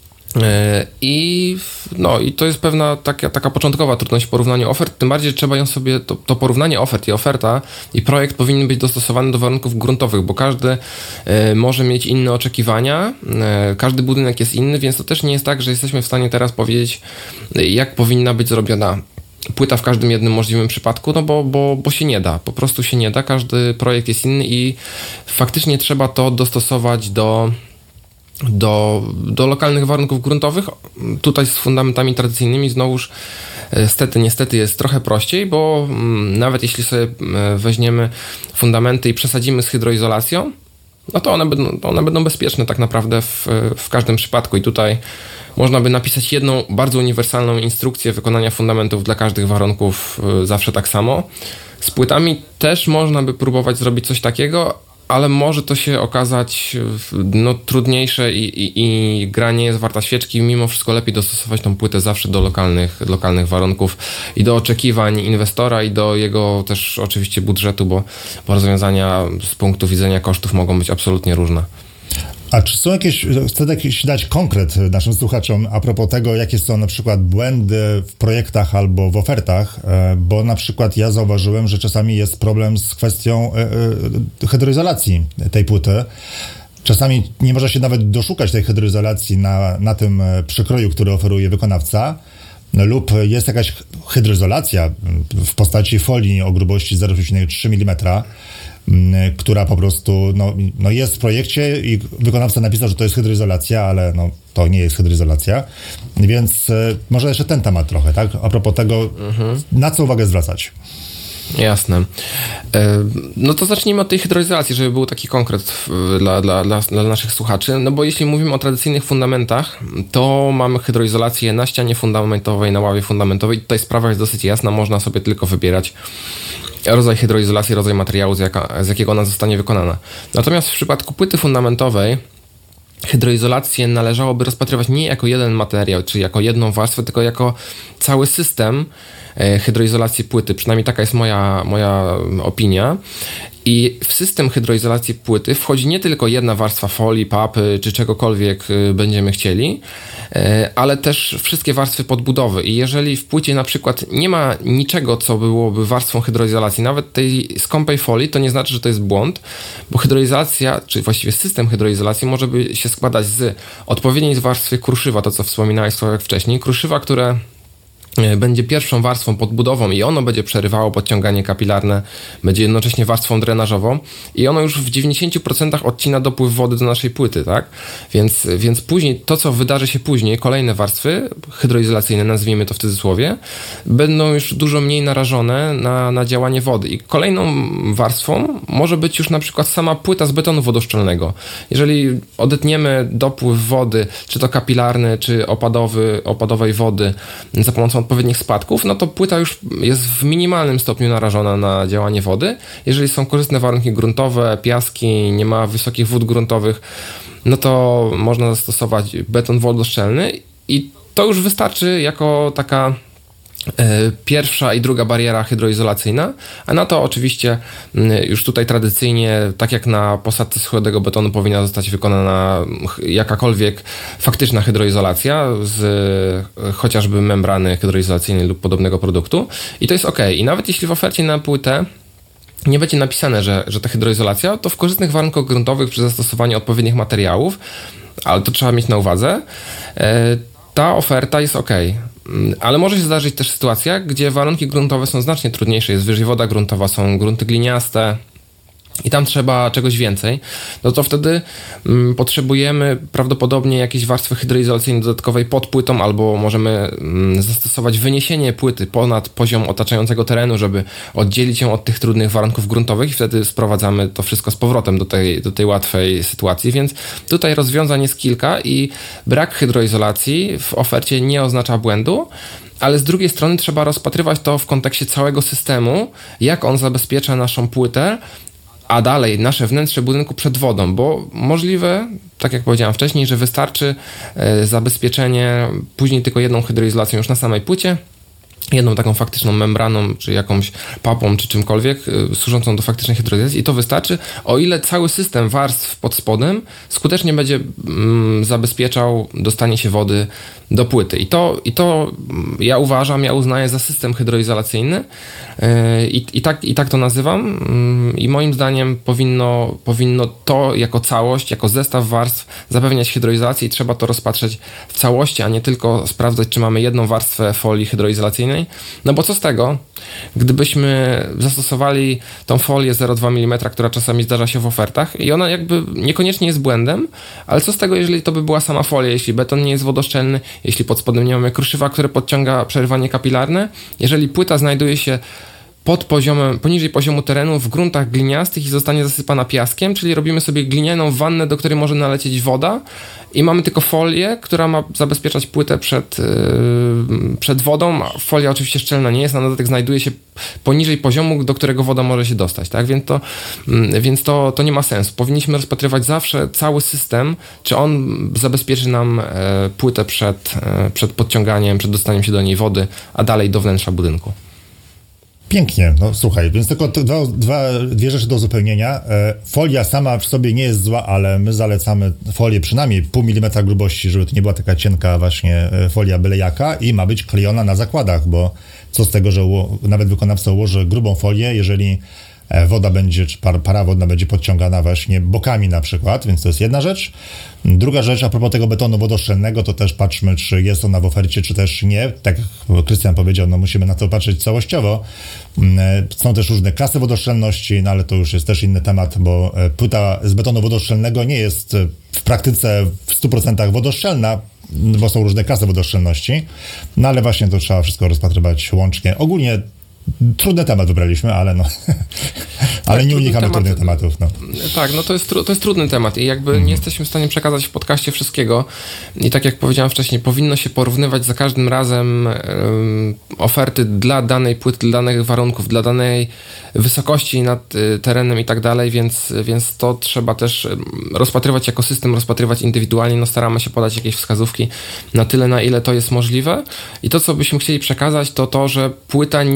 I, no, i to jest pewna taka, taka początkowa trudność w porównaniu ofert, tym bardziej, że trzeba ją sobie, to, to porównanie ofert i oferta i projekt powinien być dostosowany do warunków gruntowych, bo każdy y, może mieć inne oczekiwania, y, każdy budynek jest inny, więc to też nie jest tak, że jesteśmy w stanie teraz powiedzieć, y, jak powinna być zrobiona płyta w każdym jednym możliwym przypadku, no bo, bo, bo się nie da, po prostu się nie da, każdy projekt jest inny i faktycznie trzeba to dostosować do Do, do lokalnych warunków gruntowych. Tutaj z fundamentami tradycyjnymi znowuż stety, niestety jest trochę prościej, bo nawet jeśli sobie weźmiemy fundamenty i przesadzimy z hydroizolacją, no to one będą, one będą bezpieczne tak naprawdę w, w każdym przypadku i tutaj można by napisać jedną bardzo uniwersalną instrukcję wykonania fundamentów dla każdych warunków zawsze tak samo. Z płytami też można by próbować zrobić coś takiego, ale może to się okazać no, trudniejsze i, i, i gra nie jest warta świeczki. Mimo wszystko lepiej dostosować tą płytę zawsze do lokalnych, lokalnych warunków i do oczekiwań inwestora i do jego też oczywiście budżetu, bo, bo rozwiązania z punktu widzenia kosztów mogą być absolutnie różne. A czy są jakieś, chcę jakiś dać konkret naszym słuchaczom a propos tego, jakie są na przykład błędy w projektach albo w ofertach, bo na przykład ja zauważyłem, że czasami jest problem z kwestią hydroizolacji tej płyty. Czasami nie można się nawet doszukać tej hydroizolacji na, na tym przykroju, który oferuje wykonawca, lub jest jakaś hydroizolacja w postaci folii o grubości zero przecinek trzy milimetra, która po prostu no, no jest w projekcie i wykonawca napisał, że to jest hydroizolacja, ale no, to nie jest hydroizolacja. Więc y, może jeszcze ten temat trochę, tak? A propos tego, mhm. na co uwagę zwracać. Jasne. No to zacznijmy od tej hydroizolacji, żeby był taki konkret dla, dla, dla, dla naszych słuchaczy. No bo jeśli mówimy o tradycyjnych fundamentach, to mamy hydroizolację na ścianie fundamentowej, na ławie fundamentowej. Tutaj sprawa jest dosyć jasna, można sobie tylko wybierać rodzaj hydroizolacji, rodzaj materiału, z, jaka, z jakiego ona zostanie wykonana. Natomiast w przypadku płyty fundamentowej hydroizolację należałoby rozpatrywać nie jako jeden materiał, czy jako jedną warstwę, tylko jako cały system hydroizolacji płyty. Przynajmniej taka jest moja, moja opinia. I w system hydroizolacji płyty wchodzi nie tylko jedna warstwa folii, papy czy czegokolwiek będziemy chcieli, ale też wszystkie warstwy podbudowy. I jeżeli w płycie na przykład nie ma niczego, co byłoby warstwą hydroizolacji, nawet tej skąpej folii, to nie znaczy, że to jest błąd, bo hydroizolacja, czy właściwie system hydroizolacji może by się składać z odpowiedniej warstwy kruszywa, to co wspominałeś Sławek wcześniej, kruszywa, które będzie pierwszą warstwą podbudową i ono będzie przerywało podciąganie kapilarne, będzie jednocześnie warstwą drenażową i ono już w dziewięćdziesiąt procent odcina dopływ wody do naszej płyty, tak? Więc, więc później, to co wydarzy się później, kolejne warstwy hydroizolacyjne, nazwijmy to w cudzysłowie, będą już dużo mniej narażone na, na działanie wody i kolejną warstwą może być już na przykład sama płyta z betonu wodoszczelnego. Jeżeli odetniemy dopływ wody, czy to kapilarny, czy opadowy, opadowej wody za pomocą odpowiednich spadków, no to płyta już jest w minimalnym stopniu narażona na działanie wody. Jeżeli są korzystne warunki gruntowe, piaski, nie ma wysokich wód gruntowych, no to można zastosować beton wodoszczelny i to już wystarczy jako taka pierwsza i druga bariera hydroizolacyjna, a na to oczywiście już tutaj tradycyjnie, tak jak na posadce schłodnego betonu, powinna zostać wykonana jakakolwiek faktyczna hydroizolacja z chociażby membrany hydroizolacyjnej lub podobnego produktu i to jest ok. I nawet jeśli w ofercie na płytę nie będzie napisane, że, że ta hydroizolacja, to w korzystnych warunkach gruntowych przy zastosowaniu odpowiednich materiałów, ale to trzeba mieć na uwadze, ta oferta jest ok. Ale może się zdarzyć też sytuacja, gdzie warunki gruntowe są znacznie trudniejsze, jest wyżej woda gruntowa, są grunty gliniaste i tam trzeba czegoś więcej, no to wtedy mm, potrzebujemy prawdopodobnie jakiejś warstwy hydroizolacyjnej dodatkowej pod płytą, albo możemy mm, zastosować wyniesienie płyty ponad poziom otaczającego terenu, żeby oddzielić ją od tych trudnych warunków gruntowych i wtedy sprowadzamy to wszystko z powrotem do tej, do tej łatwej sytuacji, więc tutaj rozwiązań jest kilka i brak hydroizolacji w ofercie nie oznacza błędu, ale z drugiej strony trzeba rozpatrywać to w kontekście całego systemu, jak on zabezpiecza naszą płytę, a dalej nasze wnętrze budynku przed wodą, bo możliwe, tak jak powiedziałem wcześniej, że wystarczy zabezpieczenie później tylko jedną hydroizolacją już na samej płycie, jedną taką faktyczną membraną, czy jakąś papą, czy czymkolwiek służącą do faktycznej hydroizolacji i to wystarczy, o ile cały system warstw pod spodem skutecznie będzie mm, zabezpieczał dostanie się wody do płyty. I to, i to ja uważam, ja uznaję za system hydroizolacyjny yy, i, i, tak, i tak to nazywam yy, i moim zdaniem powinno, powinno to jako całość, jako zestaw warstw zapewniać hydroizolację i trzeba to rozpatrzeć w całości, a nie tylko sprawdzać, czy mamy jedną warstwę folii hydroizolacyjnej. No bo co z tego, gdybyśmy zastosowali tą folię zero przecinek dwa milimetra, która czasami zdarza się w ofertach i ona jakby niekoniecznie jest błędem, ale co z tego, jeżeli to by była sama folia, jeśli beton nie jest wodoszczelny, jeśli pod spodem nie mamy kruszywa, które podciąga przerywanie kapilarne, jeżeli płyta znajduje się pod poziomem, poniżej poziomu terenu w gruntach gliniastych i zostanie zasypana piaskiem, czyli robimy sobie glinianą wannę, do której może nalecieć woda i mamy tylko folię, która ma zabezpieczać płytę przed, yy, przed wodą. Folia oczywiście szczelna nie jest, na dodatek znajduje się poniżej poziomu, do którego woda może się dostać, tak? Więc to, yy, więc to, to nie ma sensu. Powinniśmy rozpatrywać zawsze cały system, czy on zabezpieczy nam yy, płytę przed, yy, przed podciąganiem, przed dostaniem się do niej wody, a dalej do wnętrza budynku. Pięknie, no słuchaj, więc tylko dwa, dwa, dwie rzeczy do uzupełnienia. E, folia sama w sobie nie jest zła, ale my zalecamy folię przynajmniej pół milimetra grubości, żeby to nie była taka cienka właśnie folia byle jaka i ma być klejona na zakładach, bo co z tego, że uło- nawet wykonawca ułoży grubą folię, jeżeli woda będzie, czy par, para wodna będzie podciągana właśnie bokami na przykład, więc to jest jedna rzecz. Druga rzecz, a propos tego betonu wodoszczelnego, to też patrzmy, czy jest ona w ofercie, czy też nie. Tak jak Krystian powiedział, no musimy na to patrzeć całościowo. Są też różne klasy wodoszczelności, no ale to już jest też inny temat, bo płyta z betonu wodoszczelnego nie jest w praktyce w stu procentach wodoszczelna, bo są różne klasy wodoszczelności, no ale właśnie to trzeba wszystko rozpatrywać łącznie. Ogólnie trudny temat wybraliśmy, ale no, ale tak, nie unikamy temat, trudnych tematów. No. Tak, no to jest, to jest trudny temat i jakby mm. nie jesteśmy w stanie przekazać w podcaście wszystkiego i tak jak powiedziałem wcześniej, powinno się porównywać za każdym razem um, oferty dla danej płyty, dla danych warunków, dla danej wysokości nad y, terenem i tak dalej, więc, więc to trzeba też rozpatrywać jako system, rozpatrywać indywidualnie, no staramy się podać jakieś wskazówki na tyle, na ile to jest możliwe i to, co byśmy chcieli przekazać, to to, że płyta nie jest cudowna,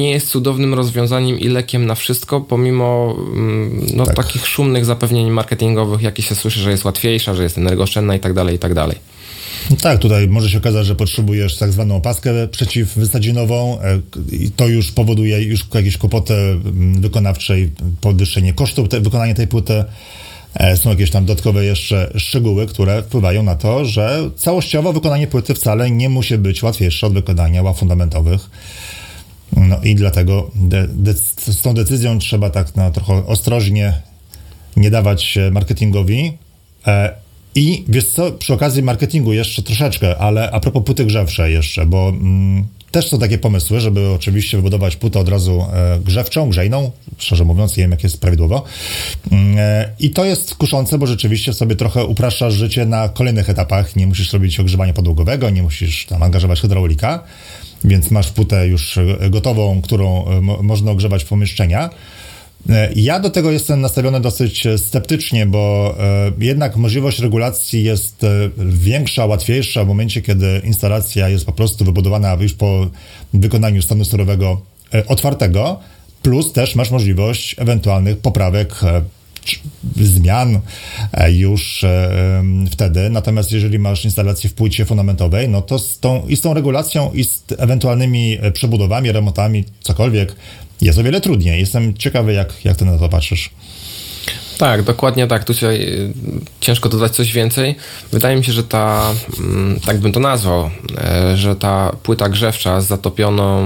cudownym rozwiązaniem i lekiem na wszystko, pomimo no, tak. takich szumnych zapewnień marketingowych, jakie się słyszy, że jest łatwiejsza, że jest energooszczędna i tak dalej, i tak dalej. No tak, tutaj może się okazać, że potrzebujesz tak zwaną opaskę przeciwwysadzinową i to już powoduje już jakieś kłopoty wykonawcze i podwyższenie kosztów te, wykonania tej płyty. Są jakieś tam dodatkowe jeszcze szczegóły, które wpływają na to, że całościowo wykonanie płyty wcale nie musi być łatwiejsze od wykonania ław fundamentowych. No i dlatego de, de, z tą decyzją trzeba tak na trochę ostrożnie nie dawać marketingowi. E, I wiesz co, przy okazji marketingu jeszcze troszeczkę, ale a propos płyty grzewczej jeszcze, bo mm, też są takie pomysły, żeby oczywiście wybudować płytę od razu e, grzewczą, grzejną, szczerze mówiąc, nie wiem jak jest prawidłowo. E, I to jest kuszące, bo rzeczywiście sobie trochę upraszczasz życie na kolejnych etapach. Nie musisz robić ogrzewania podłogowego, nie musisz tam angażować hydraulika, więc masz płytę już gotową, którą e, mo- można ogrzewać w pomieszczenia. Ja do tego jestem nastawiony dosyć sceptycznie, bo e, jednak możliwość regulacji jest e, większa, łatwiejsza w momencie, kiedy instalacja jest po prostu wybudowana już po wykonaniu stanu sterowego e, otwartego, plus też masz możliwość ewentualnych poprawek, e, zmian e, już e, wtedy. Natomiast jeżeli masz instalację w płycie fundamentowej, no to z tą, i z tą regulacją, i z ewentualnymi przebudowami, remontami, cokolwiek, jest o wiele trudniej. Jestem ciekawy, jak, jak ty na to patrzysz. Tak, dokładnie tak. Tu się ciężko dodać coś więcej. Wydaje mi się, że ta, tak bym to nazwał, że ta płyta grzewcza z zatopioną,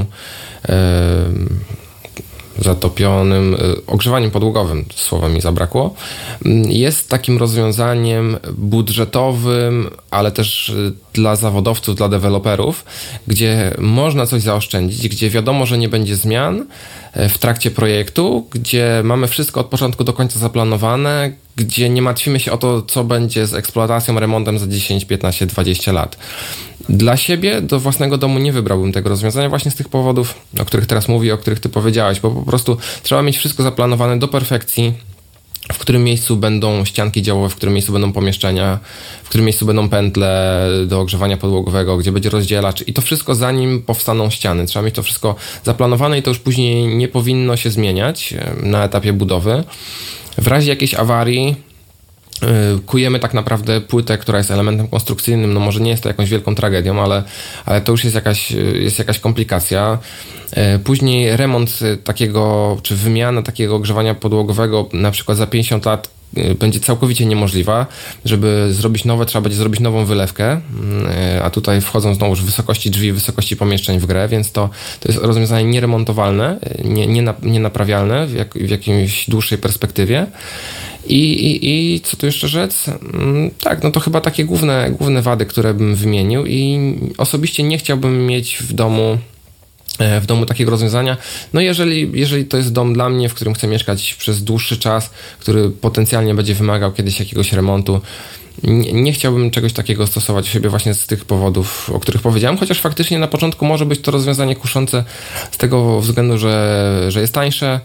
zatopionym ogrzewaniem podłogowym, słowa mi zabrakło, jest takim rozwiązaniem budżetowym, ale też dla zawodowców, dla deweloperów, gdzie można coś zaoszczędzić, gdzie wiadomo, że nie będzie zmian w trakcie projektu, gdzie mamy wszystko od początku do końca zaplanowane, gdzie nie martwimy się o to, co będzie z eksploatacją, remontem za dziesięć, piętnaście, dwadzieścia lat. Dla siebie, do własnego domu nie wybrałbym tego rozwiązania właśnie z tych powodów, o których teraz mówię, o których ty powiedziałeś, bo po prostu trzeba mieć wszystko zaplanowane do perfekcji, w którym miejscu będą ścianki działowe, w którym miejscu będą pomieszczenia, w którym miejscu będą pętle do ogrzewania podłogowego, gdzie będzie rozdzielacz i to wszystko zanim powstaną ściany. Trzeba mieć to wszystko zaplanowane i to już później nie powinno się zmieniać na etapie budowy. W razie jakiejś awarii kujemy tak naprawdę płytę, która jest elementem konstrukcyjnym, no może nie jest to jakąś wielką tragedią, ale, ale to już jest jakaś, jest jakaś komplikacja. Później remont takiego, czy wymiana takiego ogrzewania podłogowego na przykład za pięćdziesiąt lat będzie całkowicie niemożliwa. Żeby zrobić nowe, trzeba będzie zrobić nową wylewkę, a tutaj wchodzą znowu już wysokości drzwi, wysokości pomieszczeń w grę, więc to, to jest rozwiązanie nieremontowalne, nie, nie, nie naprawialne w, jak, w jakiejś dłuższej perspektywie. I, i, I co tu jeszcze rzec? Tak, no to chyba takie główne, główne wady, które bym wymienił i osobiście nie chciałbym mieć w domu w domu takiego rozwiązania. No jeżeli, jeżeli to jest dom dla mnie, w którym chcę mieszkać przez dłuższy czas, który potencjalnie będzie wymagał kiedyś jakiegoś remontu, nie, nie chciałbym czegoś takiego stosować w siebie właśnie z tych powodów, o których powiedziałem, chociaż faktycznie na początku może być to rozwiązanie kuszące z tego względu, że, że jest tańsze,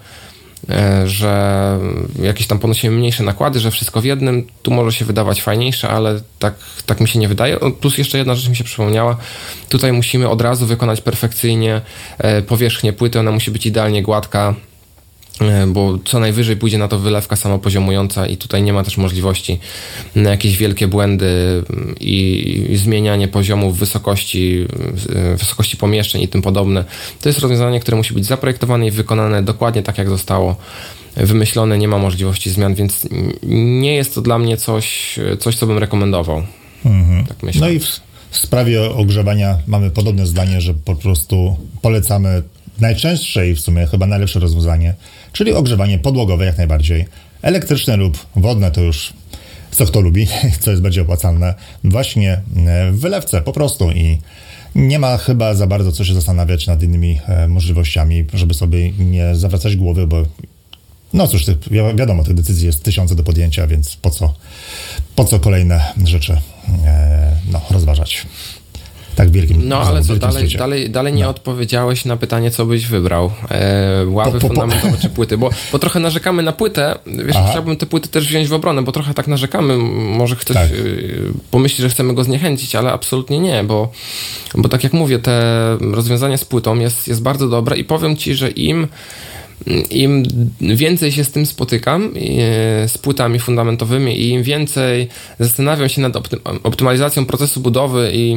że jakieś tam ponosimy mniejsze nakłady, że wszystko w jednym, tu może się wydawać fajniejsze, ale tak, tak mi się nie wydaje. Plus jeszcze jedna rzecz mi się przypomniała, tutaj musimy od razu wykonać perfekcyjnie powierzchnię płyty, ona musi być idealnie gładka, bo co najwyżej pójdzie na to wylewka samopoziomująca i tutaj nie ma też możliwości na jakieś wielkie błędy i, i zmienianie poziomów wysokości, wysokości pomieszczeń i tym podobne. To jest rozwiązanie, które musi być zaprojektowane i wykonane dokładnie tak, jak zostało wymyślone, nie ma możliwości zmian, więc nie jest to dla mnie coś, coś co bym rekomendował. Mhm. Tak myślę. No i w, w sprawie ogrzewania mamy podobne zdanie, że po prostu polecamy najczęstsze i w sumie chyba najlepsze rozwiązanie, czyli ogrzewanie podłogowe jak najbardziej. Elektryczne lub wodne to już co kto lubi, co jest bardziej opłacalne. Właśnie w wylewce po prostu i nie ma chyba za bardzo co się zastanawiać nad innymi e, możliwościami, żeby sobie nie zawracać głowy, bo no cóż, tych, wi- wiadomo, tych decyzji jest tysiące do podjęcia, więc po co, po co kolejne rzeczy e, no, rozważać. tak wielkim. No ale co, dalej, dalej, dalej nie no. odpowiedziałeś na pytanie, co byś wybrał. E, ławy po, po, fundamentowe po. czy płyty? Bo, bo trochę narzekamy na płytę. Wiesz, Aha. chciałbym te płyty też wziąć w obronę, bo trochę tak narzekamy. Może ktoś tak. pomyśli, że chcemy go zniechęcić, ale absolutnie nie, bo, bo tak jak mówię, te rozwiązanie z płytą jest, jest bardzo dobre i powiem ci, że im Im więcej się z tym spotykam, z płytami fundamentowymi i im więcej zastanawiam się nad optymalizacją procesu budowy i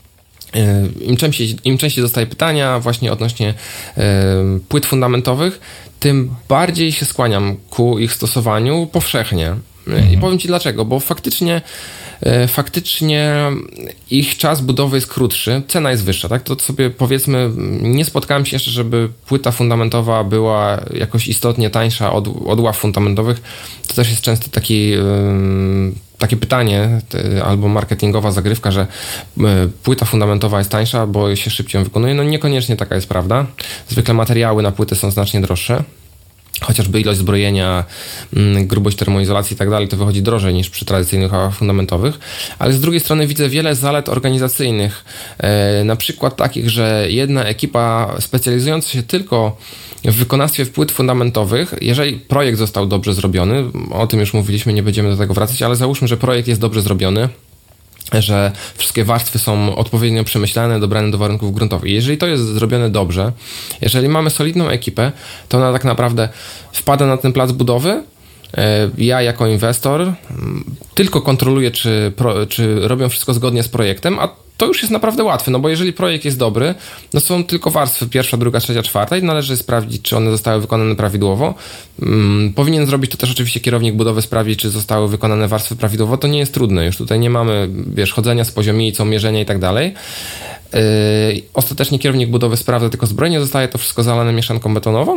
im częściej, im częściej dostaję pytania właśnie odnośnie płyt fundamentowych, tym bardziej się skłaniam ku ich stosowaniu powszechnie. Mhm. I powiem ci dlaczego, bo faktycznie faktycznie ich czas budowy jest krótszy, cena jest wyższa, tak? To sobie powiedzmy, nie spotkałem się jeszcze, żeby płyta fundamentowa była jakoś istotnie tańsza od, od ław fundamentowych. To też jest często taki, yy, takie pytanie yy, albo marketingowa zagrywka, że yy, płyta fundamentowa jest tańsza, bo się szybciej ją wykonuje. No niekoniecznie taka jest prawda. Zwykle materiały na płyty są znacznie droższe. Chociażby ilość zbrojenia, grubość termoizolacji i tak dalej, to wychodzi drożej niż przy tradycyjnych ławach fundamentowych, ale z drugiej strony widzę wiele zalet organizacyjnych, e, na przykład takich, że jedna ekipa specjalizująca się tylko w wykonawstwie płyt fundamentowych, jeżeli projekt został dobrze zrobiony, o tym już mówiliśmy, nie będziemy do tego wracać, ale załóżmy, że projekt jest dobrze zrobiony, że wszystkie warstwy są odpowiednio przemyślane, dobrane do warunków gruntowych. Jeżeli to jest zrobione dobrze, jeżeli mamy solidną ekipę, to ona tak naprawdę wpada na ten plac budowy. Ja jako inwestor tylko kontroluję, czy, pro, czy robią wszystko zgodnie z projektem, a to już jest naprawdę łatwe, no bo jeżeli projekt jest dobry, no są tylko warstwy pierwsza, druga, trzecia, czwarta i należy sprawdzić, czy one zostały wykonane prawidłowo. Hmm, powinien zrobić to też oczywiście kierownik budowy, sprawdzić, czy zostały wykonane warstwy prawidłowo. To nie jest trudne, już tutaj nie mamy, wiesz, chodzenia z poziomicą, mierzenia i tak dalej. Yy, ostatecznie kierownik budowy sprawdza tylko zbrojenie, zostaje to wszystko zalane mieszanką betonową.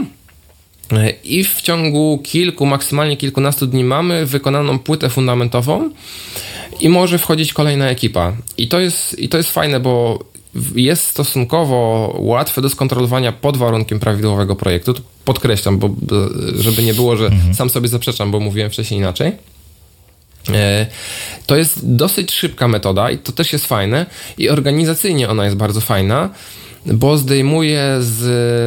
I w ciągu kilku, maksymalnie kilkunastu dni mamy wykonaną płytę fundamentową i może wchodzić kolejna ekipa. I to jest, i to jest fajne, bo jest stosunkowo łatwe do skontrolowania pod warunkiem prawidłowego projektu. To podkreślam, bo żeby nie było, że mhm. sam sobie zaprzeczam, bo mówiłem wcześniej inaczej. To jest dosyć szybka metoda i to też jest fajne i organizacyjnie ona jest bardzo fajna, bo zdejmuje z,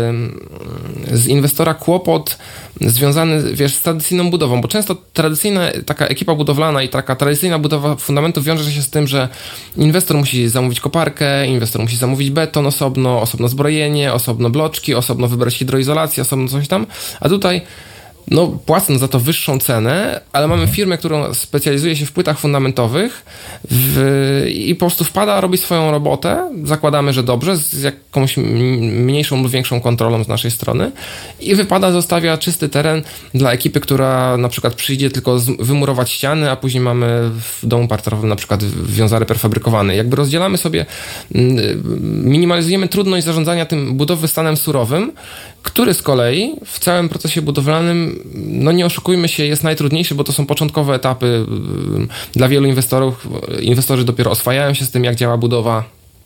z inwestora kłopot związany, wiesz, z tradycyjną budową, bo często tradycyjna taka ekipa budowlana i taka tradycyjna budowa fundamentów wiąże się z tym, że inwestor musi zamówić koparkę, inwestor musi zamówić beton osobno, osobno zbrojenie, osobno bloczki, osobno wybrać hidroizolację, osobno coś tam, a tutaj no płacąc za to wyższą cenę, ale mamy firmę, która specjalizuje się w płytach fundamentowych w, i po prostu wpada, robi swoją robotę, zakładamy, że dobrze, z jakąś mniejszą lub większą kontrolą z naszej strony i wypada, zostawia czysty teren dla ekipy, która na przykład przyjdzie tylko wymurować ściany, a później mamy w domu parterowym na przykład wiązary prefabrykowane. Jakby rozdzielamy sobie, minimalizujemy trudność zarządzania tym budowy stanem surowym, który z kolei w całym procesie budowlanym, no nie oszukujmy się, jest najtrudniejszy, bo to są początkowe etapy dla wielu inwestorów. Inwestorzy dopiero oswajają się z tym, jak działa budowa.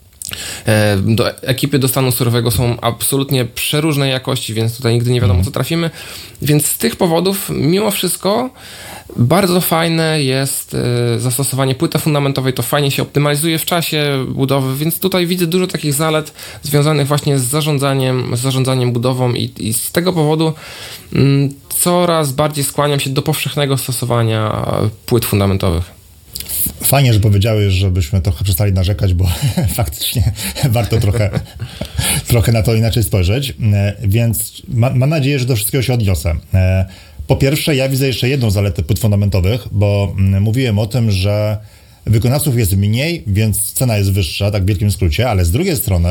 Do ekipy do stanu surowego są absolutnie przeróżnej jakości, więc tutaj nigdy nie wiadomo, co trafimy. Więc z tych powodów, mimo wszystko, bardzo fajne jest zastosowanie płyty fundamentowej, to fajnie się optymalizuje w czasie budowy, więc tutaj widzę dużo takich zalet związanych właśnie z zarządzaniem, z zarządzaniem budową i, i z tego powodu m, coraz bardziej skłaniam się do powszechnego stosowania płyt fundamentowych. Fajnie, że powiedziałeś, żebyśmy trochę przestali narzekać, bo faktycznie warto trochę, trochę na to inaczej spojrzeć, więc ma, mam nadzieję, że do wszystkiego się odniosę. Po pierwsze, ja widzę jeszcze jedną zaletę płyt fundamentowych, bo mówiłem o tym, że wykonawców jest mniej, więc cena jest wyższa, tak w wielkim skrócie, ale z drugiej strony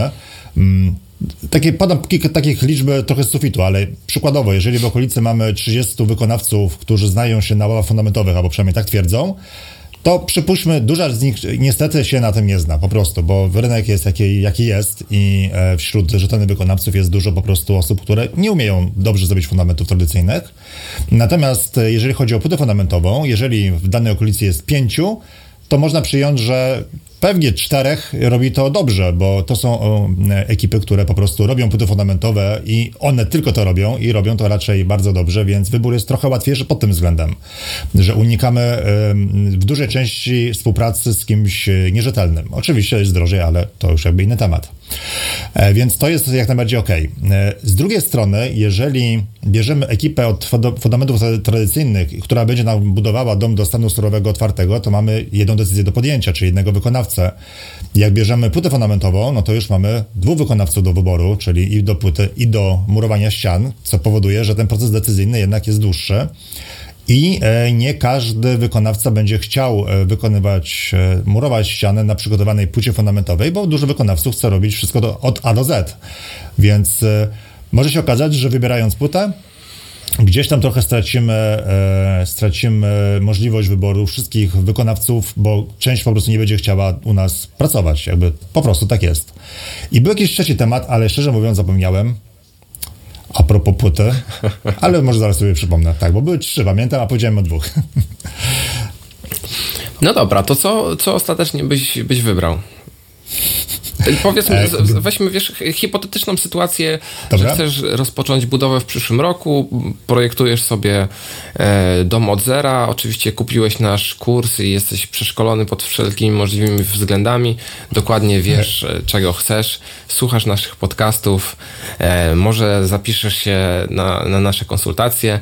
takie, podam kilka takich liczb trochę z sufitu, ale przykładowo, jeżeli w okolicy mamy trzydziestu wykonawców, którzy znają się na ławach fundamentowych, albo przynajmniej tak twierdzą, to przypuśćmy, duża z nich niestety się na tym nie zna po prostu, bo rynek jest jaki, jaki jest i wśród rzetelnych wykonawców jest dużo po prostu osób, które nie umieją dobrze zrobić fundamentów tradycyjnych. Natomiast jeżeli chodzi o płytę fundamentową, jeżeli w danej okolicy jest pięciu, to można przyjąć, że pewnie czterech robi to dobrze, bo to są o, ekipy, które po prostu robią płyty fundamentowe i one tylko to robią i robią to raczej bardzo dobrze, więc wybór jest trochę łatwiejszy pod tym względem, że unikamy y, w dużej części współpracy z kimś nierzetelnym. Oczywiście jest drożej, ale to już jakby inny temat. E, więc to jest jak najbardziej okej. E, z drugiej strony, jeżeli bierzemy ekipę od fundamentów tradycyjnych, która będzie nam budowała dom do stanu surowego otwartego, to mamy jedną decyzję do podjęcia, czyli jednego wykonawcę. Jak bierzemy płytę fundamentową, no to już mamy dwóch wykonawców do wyboru, czyli i do płyty, i do murowania ścian, co powoduje, że ten proces decyzyjny jednak jest dłuższy. I nie każdy wykonawca będzie chciał wykonywać, murować ścianę na przygotowanej płycie fundamentowej, bo dużo wykonawców chce robić wszystko do, od A do Z. Więc może się okazać, że wybierając płytę, gdzieś tam trochę stracimy, e, stracimy możliwość wyboru wszystkich wykonawców, bo część po prostu nie będzie chciała u nas pracować. Jakby po prostu tak jest. I był jakiś trzeci temat, ale szczerze mówiąc zapomniałem. A propos płyty, ale może zaraz sobie przypomnę. Tak, bo były trzy, pamiętam, a powiedziałem o dwóch. No dobra, to co, co ostatecznie byś, byś wybrał? Powiedzmy, weźmy, wiesz, hipotetyczną sytuację, Dobra. że chcesz rozpocząć budowę w przyszłym roku, projektujesz sobie e, dom od zera, oczywiście kupiłeś nasz kurs i jesteś przeszkolony pod wszelkimi możliwymi względami, dokładnie wiesz, e, czego chcesz, słuchasz naszych podcastów, e, może zapiszesz się na, na nasze konsultacje,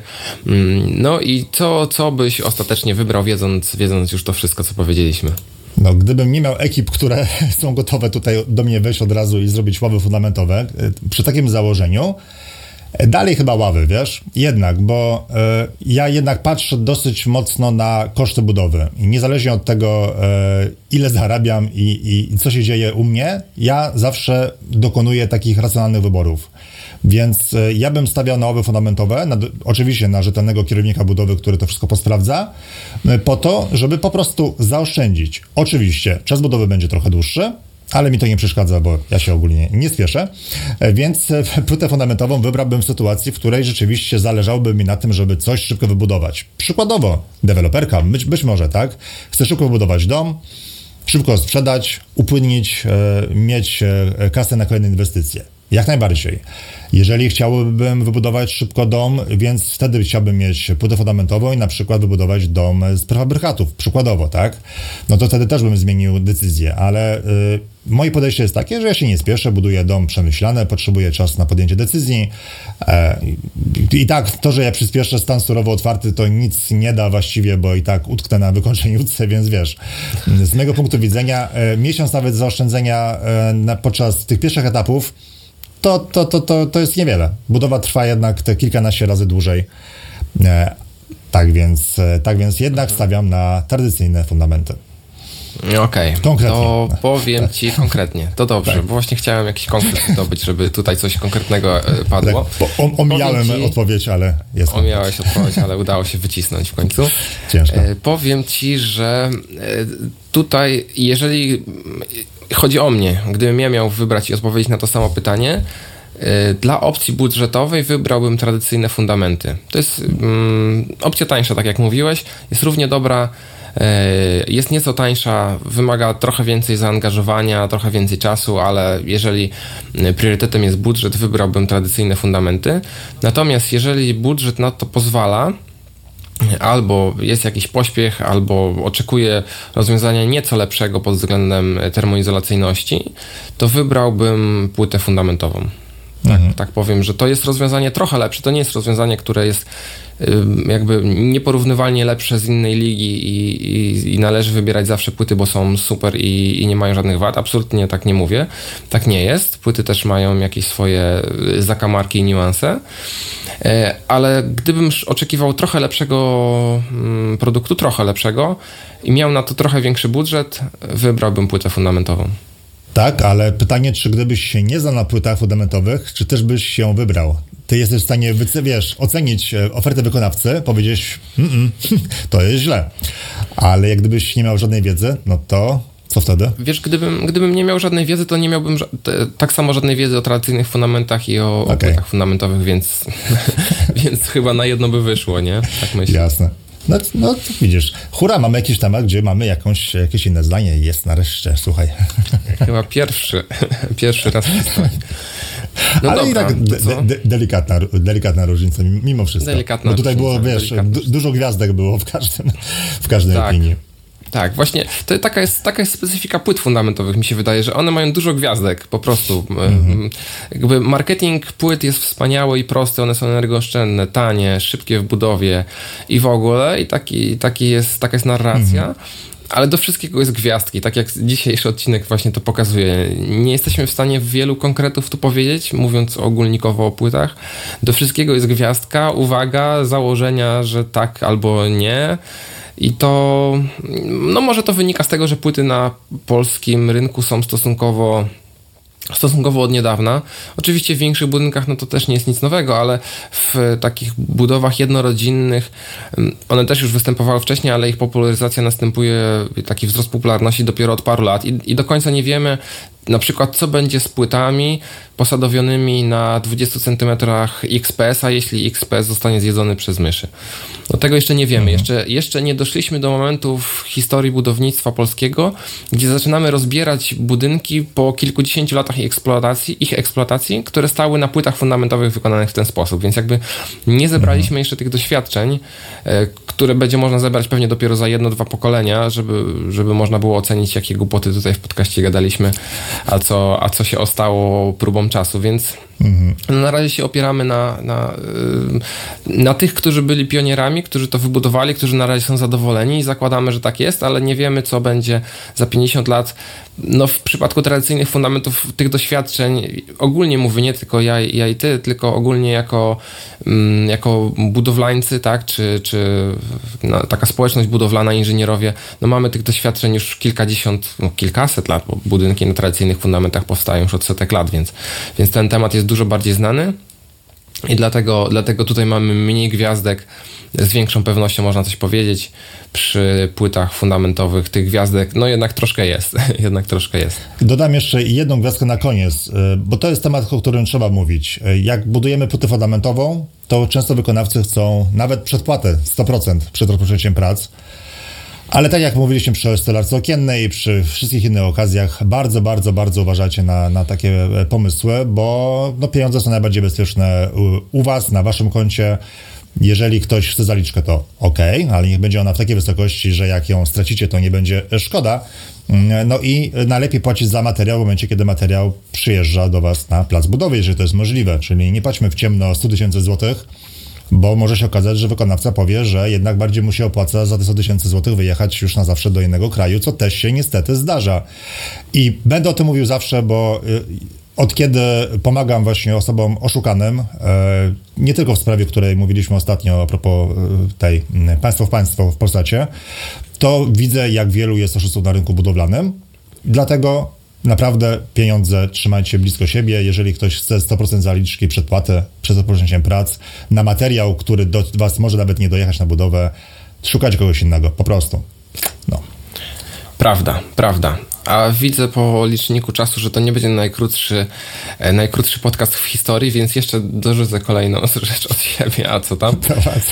no i co, co byś ostatecznie wybrał, wiedząc, wiedząc już to wszystko, co powiedzieliśmy? No, gdybym nie miał ekip, które są gotowe tutaj do mnie wejść od razu i zrobić ławy fundamentowe, przy takim założeniu, dalej chyba ławy, wiesz? Jednak, bo y, ja jednak patrzę dosyć mocno na koszty budowy i niezależnie od tego, y, ile zarabiam i, i, i co się dzieje u mnie, ja zawsze dokonuję takich racjonalnych wyborów. Więc y, ja bym stawiał na ławy fundamentowe, na, oczywiście na rzetelnego kierownika budowy, który to wszystko posprawdza, y, po to, żeby po prostu zaoszczędzić. Oczywiście czas budowy będzie trochę dłuższy, ale mi to nie przeszkadza, bo ja się ogólnie nie spieszę, więc płytę fundamentową wybrałbym w sytuacji, w której rzeczywiście zależałoby mi na tym, żeby coś szybko wybudować. Przykładowo, deweloperka, być, być może, tak? Chcę szybko wybudować dom, szybko sprzedać, upłynnić, e, mieć e, kasę na kolejne inwestycje. Jak najbardziej. Jeżeli chciałbym wybudować szybko dom, więc wtedy chciałbym mieć płytę fundamentową i na przykład wybudować dom z prefabrykatów, przykładowo, tak? No to wtedy też bym zmienił decyzję, ale y, moje podejście jest takie, że ja się nie spieszę, buduję dom przemyślany, potrzebuję czasu na podjęcie decyzji e, i, i tak to, że ja przyspieszę stan surowo otwarty, to nic nie da właściwie, bo i tak utknę na wykończeniówce, więc wiesz, z mojego punktu widzenia e, miesiąc nawet zaoszczędzenia e, na, podczas tych pierwszych etapów To, to, to, to, to jest niewiele. Budowa trwa jednak te kilkanaście razy dłużej. E, tak, więc, e, tak więc jednak stawiam na tradycyjne fundamenty. Okej, okay. To powiem Ci konkretnie. To dobrze, tak. Bo właśnie chciałem jakiś konkret zdobyć, żeby tutaj coś konkretnego padło. Tak, bo omijałem ci, odpowiedź, ale jest. Omijałeś odpowiedź, ale udało się wycisnąć w końcu. Ciężko. E, powiem Ci, że tutaj, jeżeli chodzi o mnie, gdybym ja miał wybrać i odpowiedzieć na to samo pytanie, dla opcji budżetowej wybrałbym tradycyjne fundamenty. To jest um, opcja tańsza, tak jak mówiłeś, jest równie dobra, jest nieco tańsza, wymaga trochę więcej zaangażowania, trochę więcej czasu, ale jeżeli priorytetem jest budżet, wybrałbym tradycyjne fundamenty. Natomiast jeżeli budżet na to pozwala, albo jest jakiś pośpiech, albo oczekuję rozwiązania nieco lepszego pod względem termoizolacyjności, to wybrałbym płytę fundamentową. Tak, mhm. tak powiem, że to jest rozwiązanie trochę lepsze. To nie jest rozwiązanie, które jest jakby nieporównywalnie lepsze z innej ligi i, i, i należy wybierać zawsze płyty, bo są super i, i nie mają żadnych wad. Absolutnie tak nie mówię. Tak nie jest. Płyty też mają jakieś swoje zakamarki i niuanse. Ale gdybym oczekiwał trochę lepszego produktu, trochę lepszego i miał na to trochę większy budżet, wybrałbym płytę fundamentową. Tak, ale pytanie, czy gdybyś się nie znał na płytach fundamentowych, czy też byś się wybrał? Ty jesteś w stanie, wiesz, ocenić ofertę wykonawcy, powiedzieć, to jest źle. Ale jak gdybyś nie miał żadnej wiedzy, no to co wtedy? Wiesz, gdybym, gdybym nie miał żadnej wiedzy, to nie miałbym ża- t- tak samo żadnej wiedzy o tradycyjnych fundamentach i o, okay. o płytach fundamentowych, więc, więc chyba na jedno by wyszło, nie? Tak myślę. Jasne. No, no to widzisz, hura, mamy jakiś temat, gdzie mamy jakąś, jakieś inne zdanie. Jest nareszcie, słuchaj. Chyba pierwszy, pierwszy raz w historii. No ale dobra, i tak de, de, delikatna, delikatna różnica mimo wszystko. Delikatna Bo tutaj było, wiesz, du, dużo gwiazdek było w każdym, w każdej tak. opinii. Tak, właśnie to taka jest, taka jest specyfika płyt fundamentowych, mi się wydaje, że one mają dużo gwiazdek, po prostu. Mhm. Jakby marketing płyt jest wspaniały i prosty, one są energooszczędne, tanie, szybkie w budowie i w ogóle, i taki, taki jest, taka jest narracja. Mhm. Ale do wszystkiego jest gwiazdki, tak jak dzisiejszy odcinek właśnie to pokazuje. Nie jesteśmy w stanie wielu konkretów tu powiedzieć, mówiąc ogólnikowo o płytach. Do wszystkiego jest gwiazdka, uwaga, założenia, że tak albo nie. I to, no może to wynika z tego, że płyty na polskim rynku są stosunkowo stosunkowo od niedawna. Oczywiście w większych budynkach no to też nie jest nic nowego, ale w takich budowach jednorodzinnych one też już występowały wcześniej, ale ich popularyzacja następuje, taki wzrost popularności dopiero od paru lat i, i do końca nie wiemy na przykład co będzie z płytami posadowionymi na dwudziestu centymetrach X P S a, jeśli X P S zostanie zjedzony przez myszy. No tego jeszcze nie wiemy. Mhm. Jeszcze, jeszcze nie doszliśmy do momentu w historii budownictwa polskiego, gdzie zaczynamy rozbierać budynki po kilkudziesięciu latach eksploatacji, ich eksploatacji, które stały na płytach fundamentowych wykonanych w ten sposób. Więc jakby nie zebraliśmy mhm. jeszcze tych doświadczeń, e, które będzie można zebrać pewnie dopiero za jedno, dwa pokolenia, żeby, żeby można było ocenić, jakie głupoty tutaj w podcaście gadaliśmy, a co, a co się ostało próbą czasu, więc mhm. no na razie się opieramy na, na, na tych, którzy byli pionierami, którzy to wybudowali, którzy na razie są zadowoleni i zakładamy, że tak jest, ale nie wiemy, co będzie za pięćdziesiąt lat. No w przypadku tradycyjnych fundamentów tych doświadczeń, ogólnie mówię, nie tylko ja, ja i ty, tylko ogólnie jako, jako budowlańcy, tak, czy, czy no, taka społeczność budowlana, inżynierowie, no mamy tych doświadczeń już kilkadziesiąt, no, kilkaset lat, bo budynki na tradycyjnych fundamentach powstają już od setek lat, więc, więc ten temat jest dużo bardziej znany i dlatego, dlatego tutaj mamy mniej gwiazdek. Z większą pewnością można coś powiedzieć. Przy płytach fundamentowych tych gwiazdek, no jednak troszkę jest. jednak troszkę jest. Dodam jeszcze jedną gwiazdkę na koniec, bo to jest temat, o którym trzeba mówić. Jak budujemy płytę fundamentową, to często wykonawcy chcą nawet przedpłatę sto procent przed rozpoczęciem prac. Ale tak jak mówiliśmy przy stolarce okiennej i przy wszystkich innych okazjach, bardzo, bardzo, bardzo uważajcie na, na takie pomysły, bo no, pieniądze są najbardziej bezpieczne u, u was, na waszym koncie. Jeżeli ktoś chce zaliczkę, to ok, ale niech będzie ona w takiej wysokości, że jak ją stracicie, to nie będzie szkoda. No i najlepiej płacić za materiał w momencie, kiedy materiał przyjeżdża do was na plac budowy, jeżeli to jest możliwe. Czyli nie płaćmy w ciemno sto tysięcy złotych, bo może się okazać, że wykonawca powie, że jednak bardziej mu się opłaca za te sto tysięcy złotych wyjechać już na zawsze do innego kraju, co też się niestety zdarza. I będę o tym mówił zawsze, bo od kiedy pomagam właśnie osobom oszukanym, nie tylko w sprawie, o której mówiliśmy ostatnio a propos tej państwo w państwo w Polsacie, to widzę, jak wielu jest oszustów na rynku budowlanym. Dlatego naprawdę pieniądze trzymajcie blisko siebie. Jeżeli ktoś chce sto procent zaliczki przedpłaty przed rozpoczęciem prac na materiał, który do was może nawet nie dojechać na budowę, szukajcie kogoś innego, po prostu. No. Prawda, prawda. A widzę po liczniku czasu, że to nie będzie najkrótszy, najkrótszy podcast w historii, więc jeszcze dorzucę kolejną rzecz od siebie. A co tam?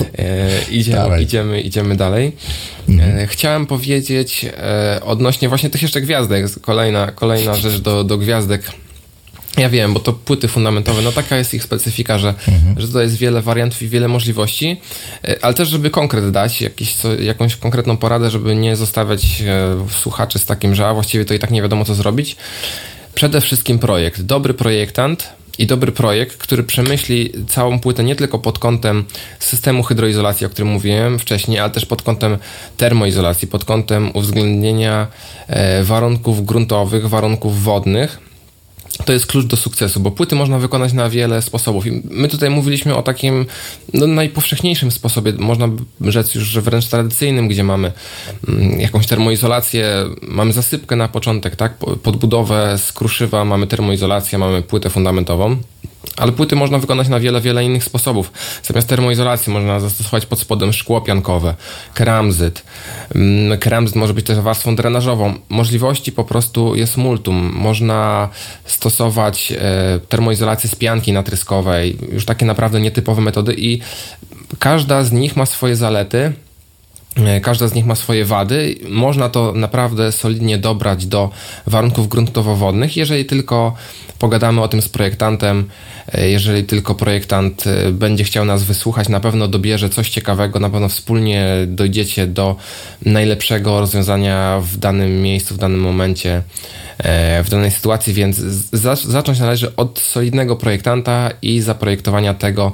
E, idziemy, idziemy, idziemy dalej. Mhm. E, chciałem powiedzieć e, odnośnie właśnie tych jeszcze gwiazdek. Kolejna, kolejna rzecz do, do gwiazdek. Ja wiem, bo to płyty fundamentowe, no taka jest ich specyfika, że, mhm. że tutaj jest wiele wariantów i wiele możliwości, ale też, żeby konkret dać, jakiś, co, jakąś konkretną poradę, żeby nie zostawiać e, słuchaczy z takim, że a właściwie to i tak nie wiadomo co zrobić. Przede wszystkim projekt. Dobry projektant i dobry projekt, który przemyśli całą płytę nie tylko pod kątem systemu hydroizolacji, o którym mówiłem wcześniej, ale też pod kątem termoizolacji, pod kątem uwzględnienia e, warunków gruntowych, warunków wodnych. To jest klucz do sukcesu, bo płyty można wykonać na wiele sposobów. I my tutaj mówiliśmy o takim no, najpowszechniejszym sposobie, można rzec już, że wręcz tradycyjnym, gdzie mamy mm, jakąś termoizolację, mamy zasypkę na początek, tak? Podbudowę z kruszywa, mamy termoizolację, mamy płytę fundamentową. Ale płyty można wykonać na wiele, wiele innych sposobów. Zamiast termoizolacji można zastosować pod spodem szkło piankowe, keramzyt. Keramzyt może być też warstwą drenażową. Możliwości po prostu jest multum. Można stosować e, termoizolację z pianki natryskowej. Już takie naprawdę nietypowe metody i każda z nich ma swoje zalety Każda z nich ma swoje wady. Można to naprawdę solidnie dobrać do warunków gruntowo-wodnych, jeżeli tylko pogadamy o tym z projektantem, jeżeli tylko projektant będzie chciał nas wysłuchać, na pewno dobierze coś ciekawego, na pewno wspólnie dojdziecie do najlepszego rozwiązania w danym miejscu, w danym momencie, w danej sytuacji, więc zacząć należy od solidnego projektanta i zaprojektowania tego,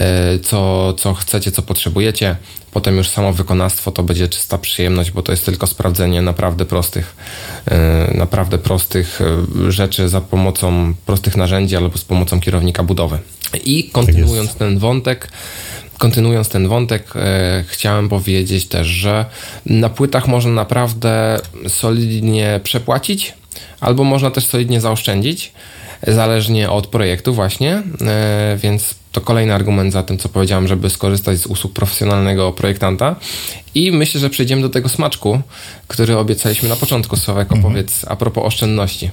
co, co chcecie, co potrzebujecie. Potem już samo wykonawstwo to będzie czysta przyjemność, bo to jest tylko sprawdzenie naprawdę prostych, naprawdę prostych rzeczy za pomocą prostych narzędzi albo z pomocą kierownika budowy. I kontynuując tak ten wątek, Kontynuując ten wątek, e, chciałem powiedzieć też, że na płytach można naprawdę solidnie przepłacić, albo można też solidnie zaoszczędzić, zależnie od projektu właśnie, e, więc to kolejny argument za tym, co powiedziałem, żeby skorzystać z usług profesjonalnego projektanta. I myślę, że przejdziemy do tego smaczku, który obiecaliśmy na początku. Sławek, opowiedz mhm. a propos oszczędności.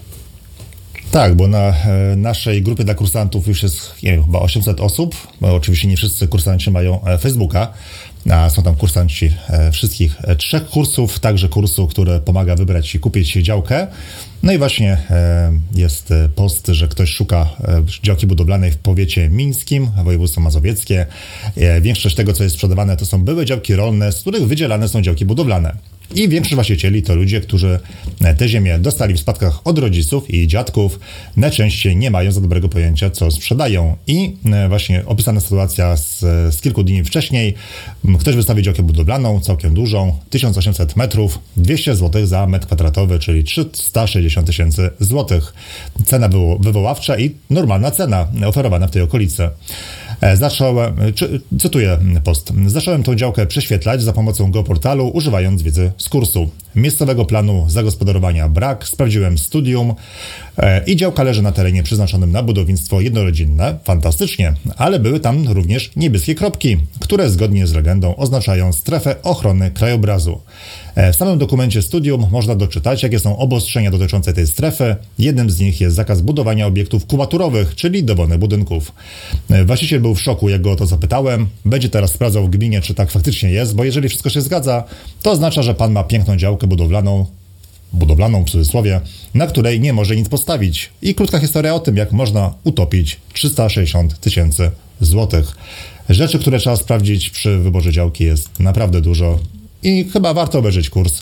Tak, bo na e, naszej grupie dla kursantów już jest, nie wiem, chyba osiemset osób, bo oczywiście nie wszyscy kursanci mają e, Facebooka, a są tam kursanci e, wszystkich e, trzech kursów, także kursu, który pomaga wybrać i kupić działkę. No i właśnie e, jest post, że ktoś szuka e, działki budowlanej w powiecie mińskim, województwo mazowieckie. E, większość tego, co jest sprzedawane, to są były działki rolne, z których wydzielane są działki budowlane. I większość właścicieli to ludzie, którzy te ziemię dostali w spadkach od rodziców i dziadków, najczęściej nie mają za dobrego pojęcia, co sprzedają. I właśnie opisana sytuacja z, z kilku dni wcześniej, ktoś wystawił działkę budowlaną, całkiem dużą, tysiąc osiemset metrów, dwieście złotych za metr kwadratowy, czyli trzysta sześćdziesiąt tysięcy złotych. Cena było wywoławcza i normalna cena oferowana w tej okolicy. Zacząłem, czy, cytuję post, zacząłem tą działkę prześwietlać za pomocą geoportalu, używając wiedzy z kursu. Miejscowego planu zagospodarowania brak, sprawdziłem studium e, i działka leży na terenie przeznaczonym na budownictwo jednorodzinne. Fantastycznie, ale były tam również niebieskie kropki, które zgodnie z legendą oznaczają strefę ochrony krajobrazu. E, w samym dokumencie studium można doczytać, jakie są obostrzenia dotyczące tej strefy. Jednym z nich jest zakaz budowania obiektów kubaturowych, czyli dowolnych budynków. E, właściciel był w szoku, jak go o to zapytałem. Będzie teraz sprawdzał w gminie, czy tak faktycznie jest, bo jeżeli wszystko się zgadza, to oznacza, że pan ma piękną działkę budowlaną, budowlaną w cudzysłowie, na której nie może nic postawić. I krótka historia o tym, jak można utopić trzysta sześćdziesiąt tysięcy złotych. Rzeczy, które trzeba sprawdzić przy wyborze działki jest naprawdę dużo i chyba warto obejrzeć kurs,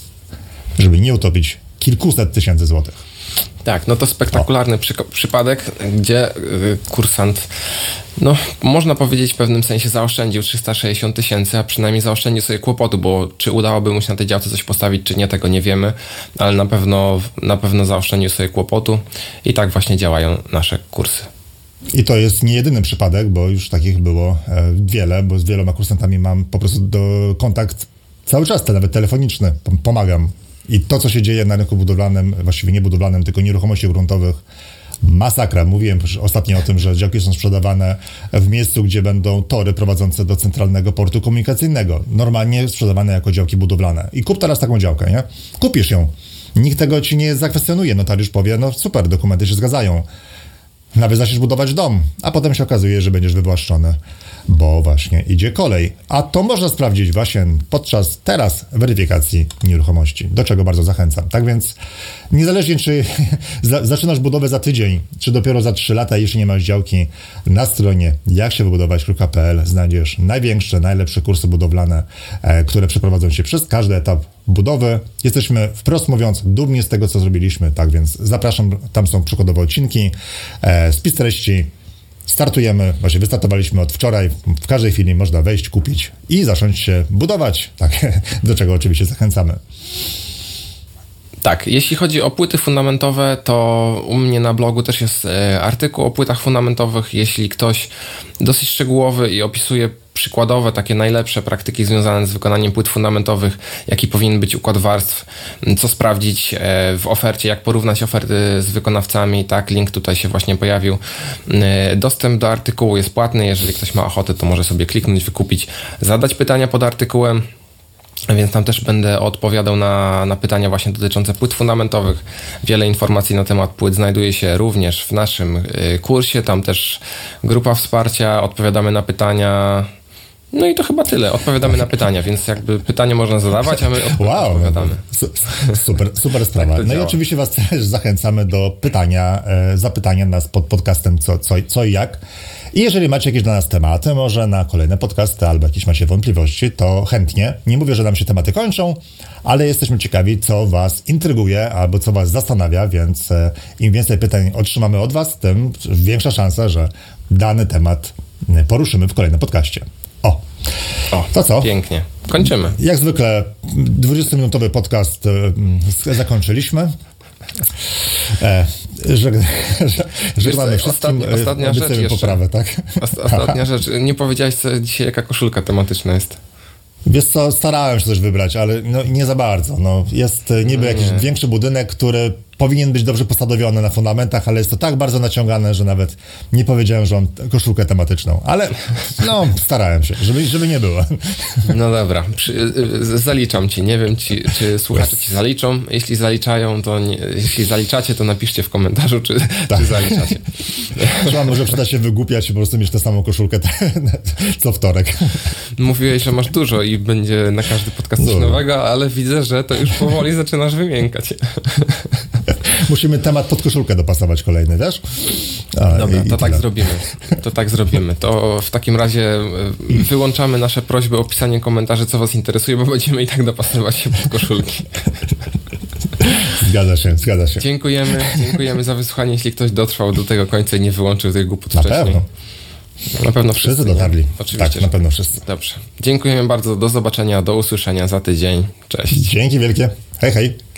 żeby nie utopić kilkuset tysięcy złotych. Tak, no to spektakularny przy, przypadek, gdzie y, kursant, no można powiedzieć w pewnym sensie zaoszczędził trzysta sześćdziesiąt tysięcy, a przynajmniej zaoszczędził sobie kłopotu, bo czy udałoby mu się na tej działce coś postawić, czy nie, tego nie wiemy, ale na pewno, na pewno zaoszczędził sobie kłopotu i tak właśnie działają nasze kursy. I to jest nie jedyny przypadek, bo już takich było e, wiele, bo z wieloma kursantami mam po prostu do kontakt cały czas, nawet telefoniczny, pomagam. I to, co się dzieje na rynku budowlanym, właściwie nie budowlanym, tylko nieruchomości gruntowych, masakra. Mówiłem ostatnio o tym, że działki są sprzedawane w miejscu, gdzie będą tory prowadzące do centralnego portu komunikacyjnego. Normalnie sprzedawane jako działki budowlane. I kup teraz taką działkę, nie? Kupisz ją. Nikt tego ci nie zakwestionuje. Notariusz powie, no super, dokumenty się zgadzają. Nawet zaczniesz budować dom, a potem się okazuje, że będziesz wywłaszczony, bo właśnie idzie kolej. A to można sprawdzić właśnie podczas teraz weryfikacji nieruchomości, do czego bardzo zachęcam. Tak więc niezależnie, czy za, zaczynasz budowę za tydzień, czy dopiero za trzy lata, jeśli nie masz działki, na stronie jak się wybudować kropka p l znajdziesz największe, najlepsze kursy budowlane, e, które przeprowadzą się przez każdy etap budowy. Jesteśmy, wprost mówiąc, dumni z tego, co zrobiliśmy, tak więc zapraszam, tam są przykładowe odcinki, e, spis treści, startujemy, właśnie wystartowaliśmy od wczoraj, w każdej chwili można wejść, kupić i zacząć się budować, tak, do czego oczywiście zachęcamy. Tak, jeśli chodzi o płyty fundamentowe, to u mnie na blogu też jest artykuł o płytach fundamentowych. Jeśli ktoś dosyć szczegółowy i opisuje przykładowe, takie najlepsze praktyki związane z wykonaniem płyt fundamentowych, jaki powinien być układ warstw, co sprawdzić w ofercie, jak porównać oferty z wykonawcami, tak, link tutaj się właśnie pojawił. Dostęp do artykułu jest płatny, jeżeli ktoś ma ochotę, to może sobie kliknąć, wykupić, zadać pytania pod artykułem. Więc tam też będę odpowiadał na, na pytania właśnie dotyczące płyt fundamentowych. Wiele informacji na temat płyt znajduje się również w naszym kursie. Tam też grupa wsparcia, odpowiadamy na pytania. No i to chyba tyle. Odpowiadamy na pytania, więc jakby pytanie można zadawać, a my odpo- Wow, odpowiadamy. Su- super, super sprawa. Tak to no działa. i oczywiście was też zachęcamy do pytania, e, zapytania nas pod podcastem co, co, co i jak. I jeżeli macie jakieś dla nas tematy, może na kolejne podcasty, albo jakieś macie wątpliwości, to chętnie. Nie mówię, że nam się tematy kończą, ale jesteśmy ciekawi, co was intryguje, albo co was zastanawia, więc e, im więcej pytań otrzymamy od was, tym większa szansa, że dany temat e, poruszymy w kolejnym podcaście. O, O, to co? Pięknie. Kończymy. Jak zwykle dwudziestominutowy podcast e, zakończyliśmy. E, żeg- żegnamy co, wszystkim. ostatnia- ostatnia e, rzecz obiecujemy jeszcze. poprawę, tak? Ost- Ostatnia rzecz. Nie powiedziałeś co dzisiaj, jaka koszulka tematyczna jest. Wiesz co, starałem się coś wybrać, ale no, nie za bardzo. No, jest e, niby No jakiś nie. większy budynek, który powinien być dobrze posadowiony na fundamentach, ale jest to tak bardzo naciągane, że nawet nie powiedziałem, że mam t- koszulkę tematyczną. Ale no, starałem się, żeby, żeby nie było. No dobra, Przy, y, zaliczam ci. Nie wiem, ci, czy słuchacze ci zaliczą. Jeśli zaliczają, to nie, jeśli zaliczacie, to napiszcie w komentarzu, czy, Tak. czy zaliczacie. Trzeba może przyda się wygłupiać i po prostu mieć tę samą koszulkę co wtorek. Mówiłeś, że masz dużo i będzie na każdy podcast coś Dużo. nowego, ale widzę, że to już powoli zaczynasz wymiękać. Musimy temat pod koszulkę dopasować kolejny, wiesz? A, Dobra, i- i to tak tyle. zrobimy. To tak zrobimy. To w takim razie y, wyłączamy nasze prośby o pisanie komentarzy, co was interesuje, bo będziemy i tak dopasować się pod koszulki. Zgadza się, zgadza się. Dziękujemy, dziękujemy za wysłuchanie, jeśli ktoś dotrwał do tego końca i nie wyłączył tych głupot Na wcześniej. pewno. Na pewno wszyscy, Wszyscy nie? dotarli. Oczywiście. Tak, na pewno wszyscy. Dobrze. Dziękujemy bardzo. Do zobaczenia, do usłyszenia za tydzień. Cześć. Dzięki wielkie. Hej, hej.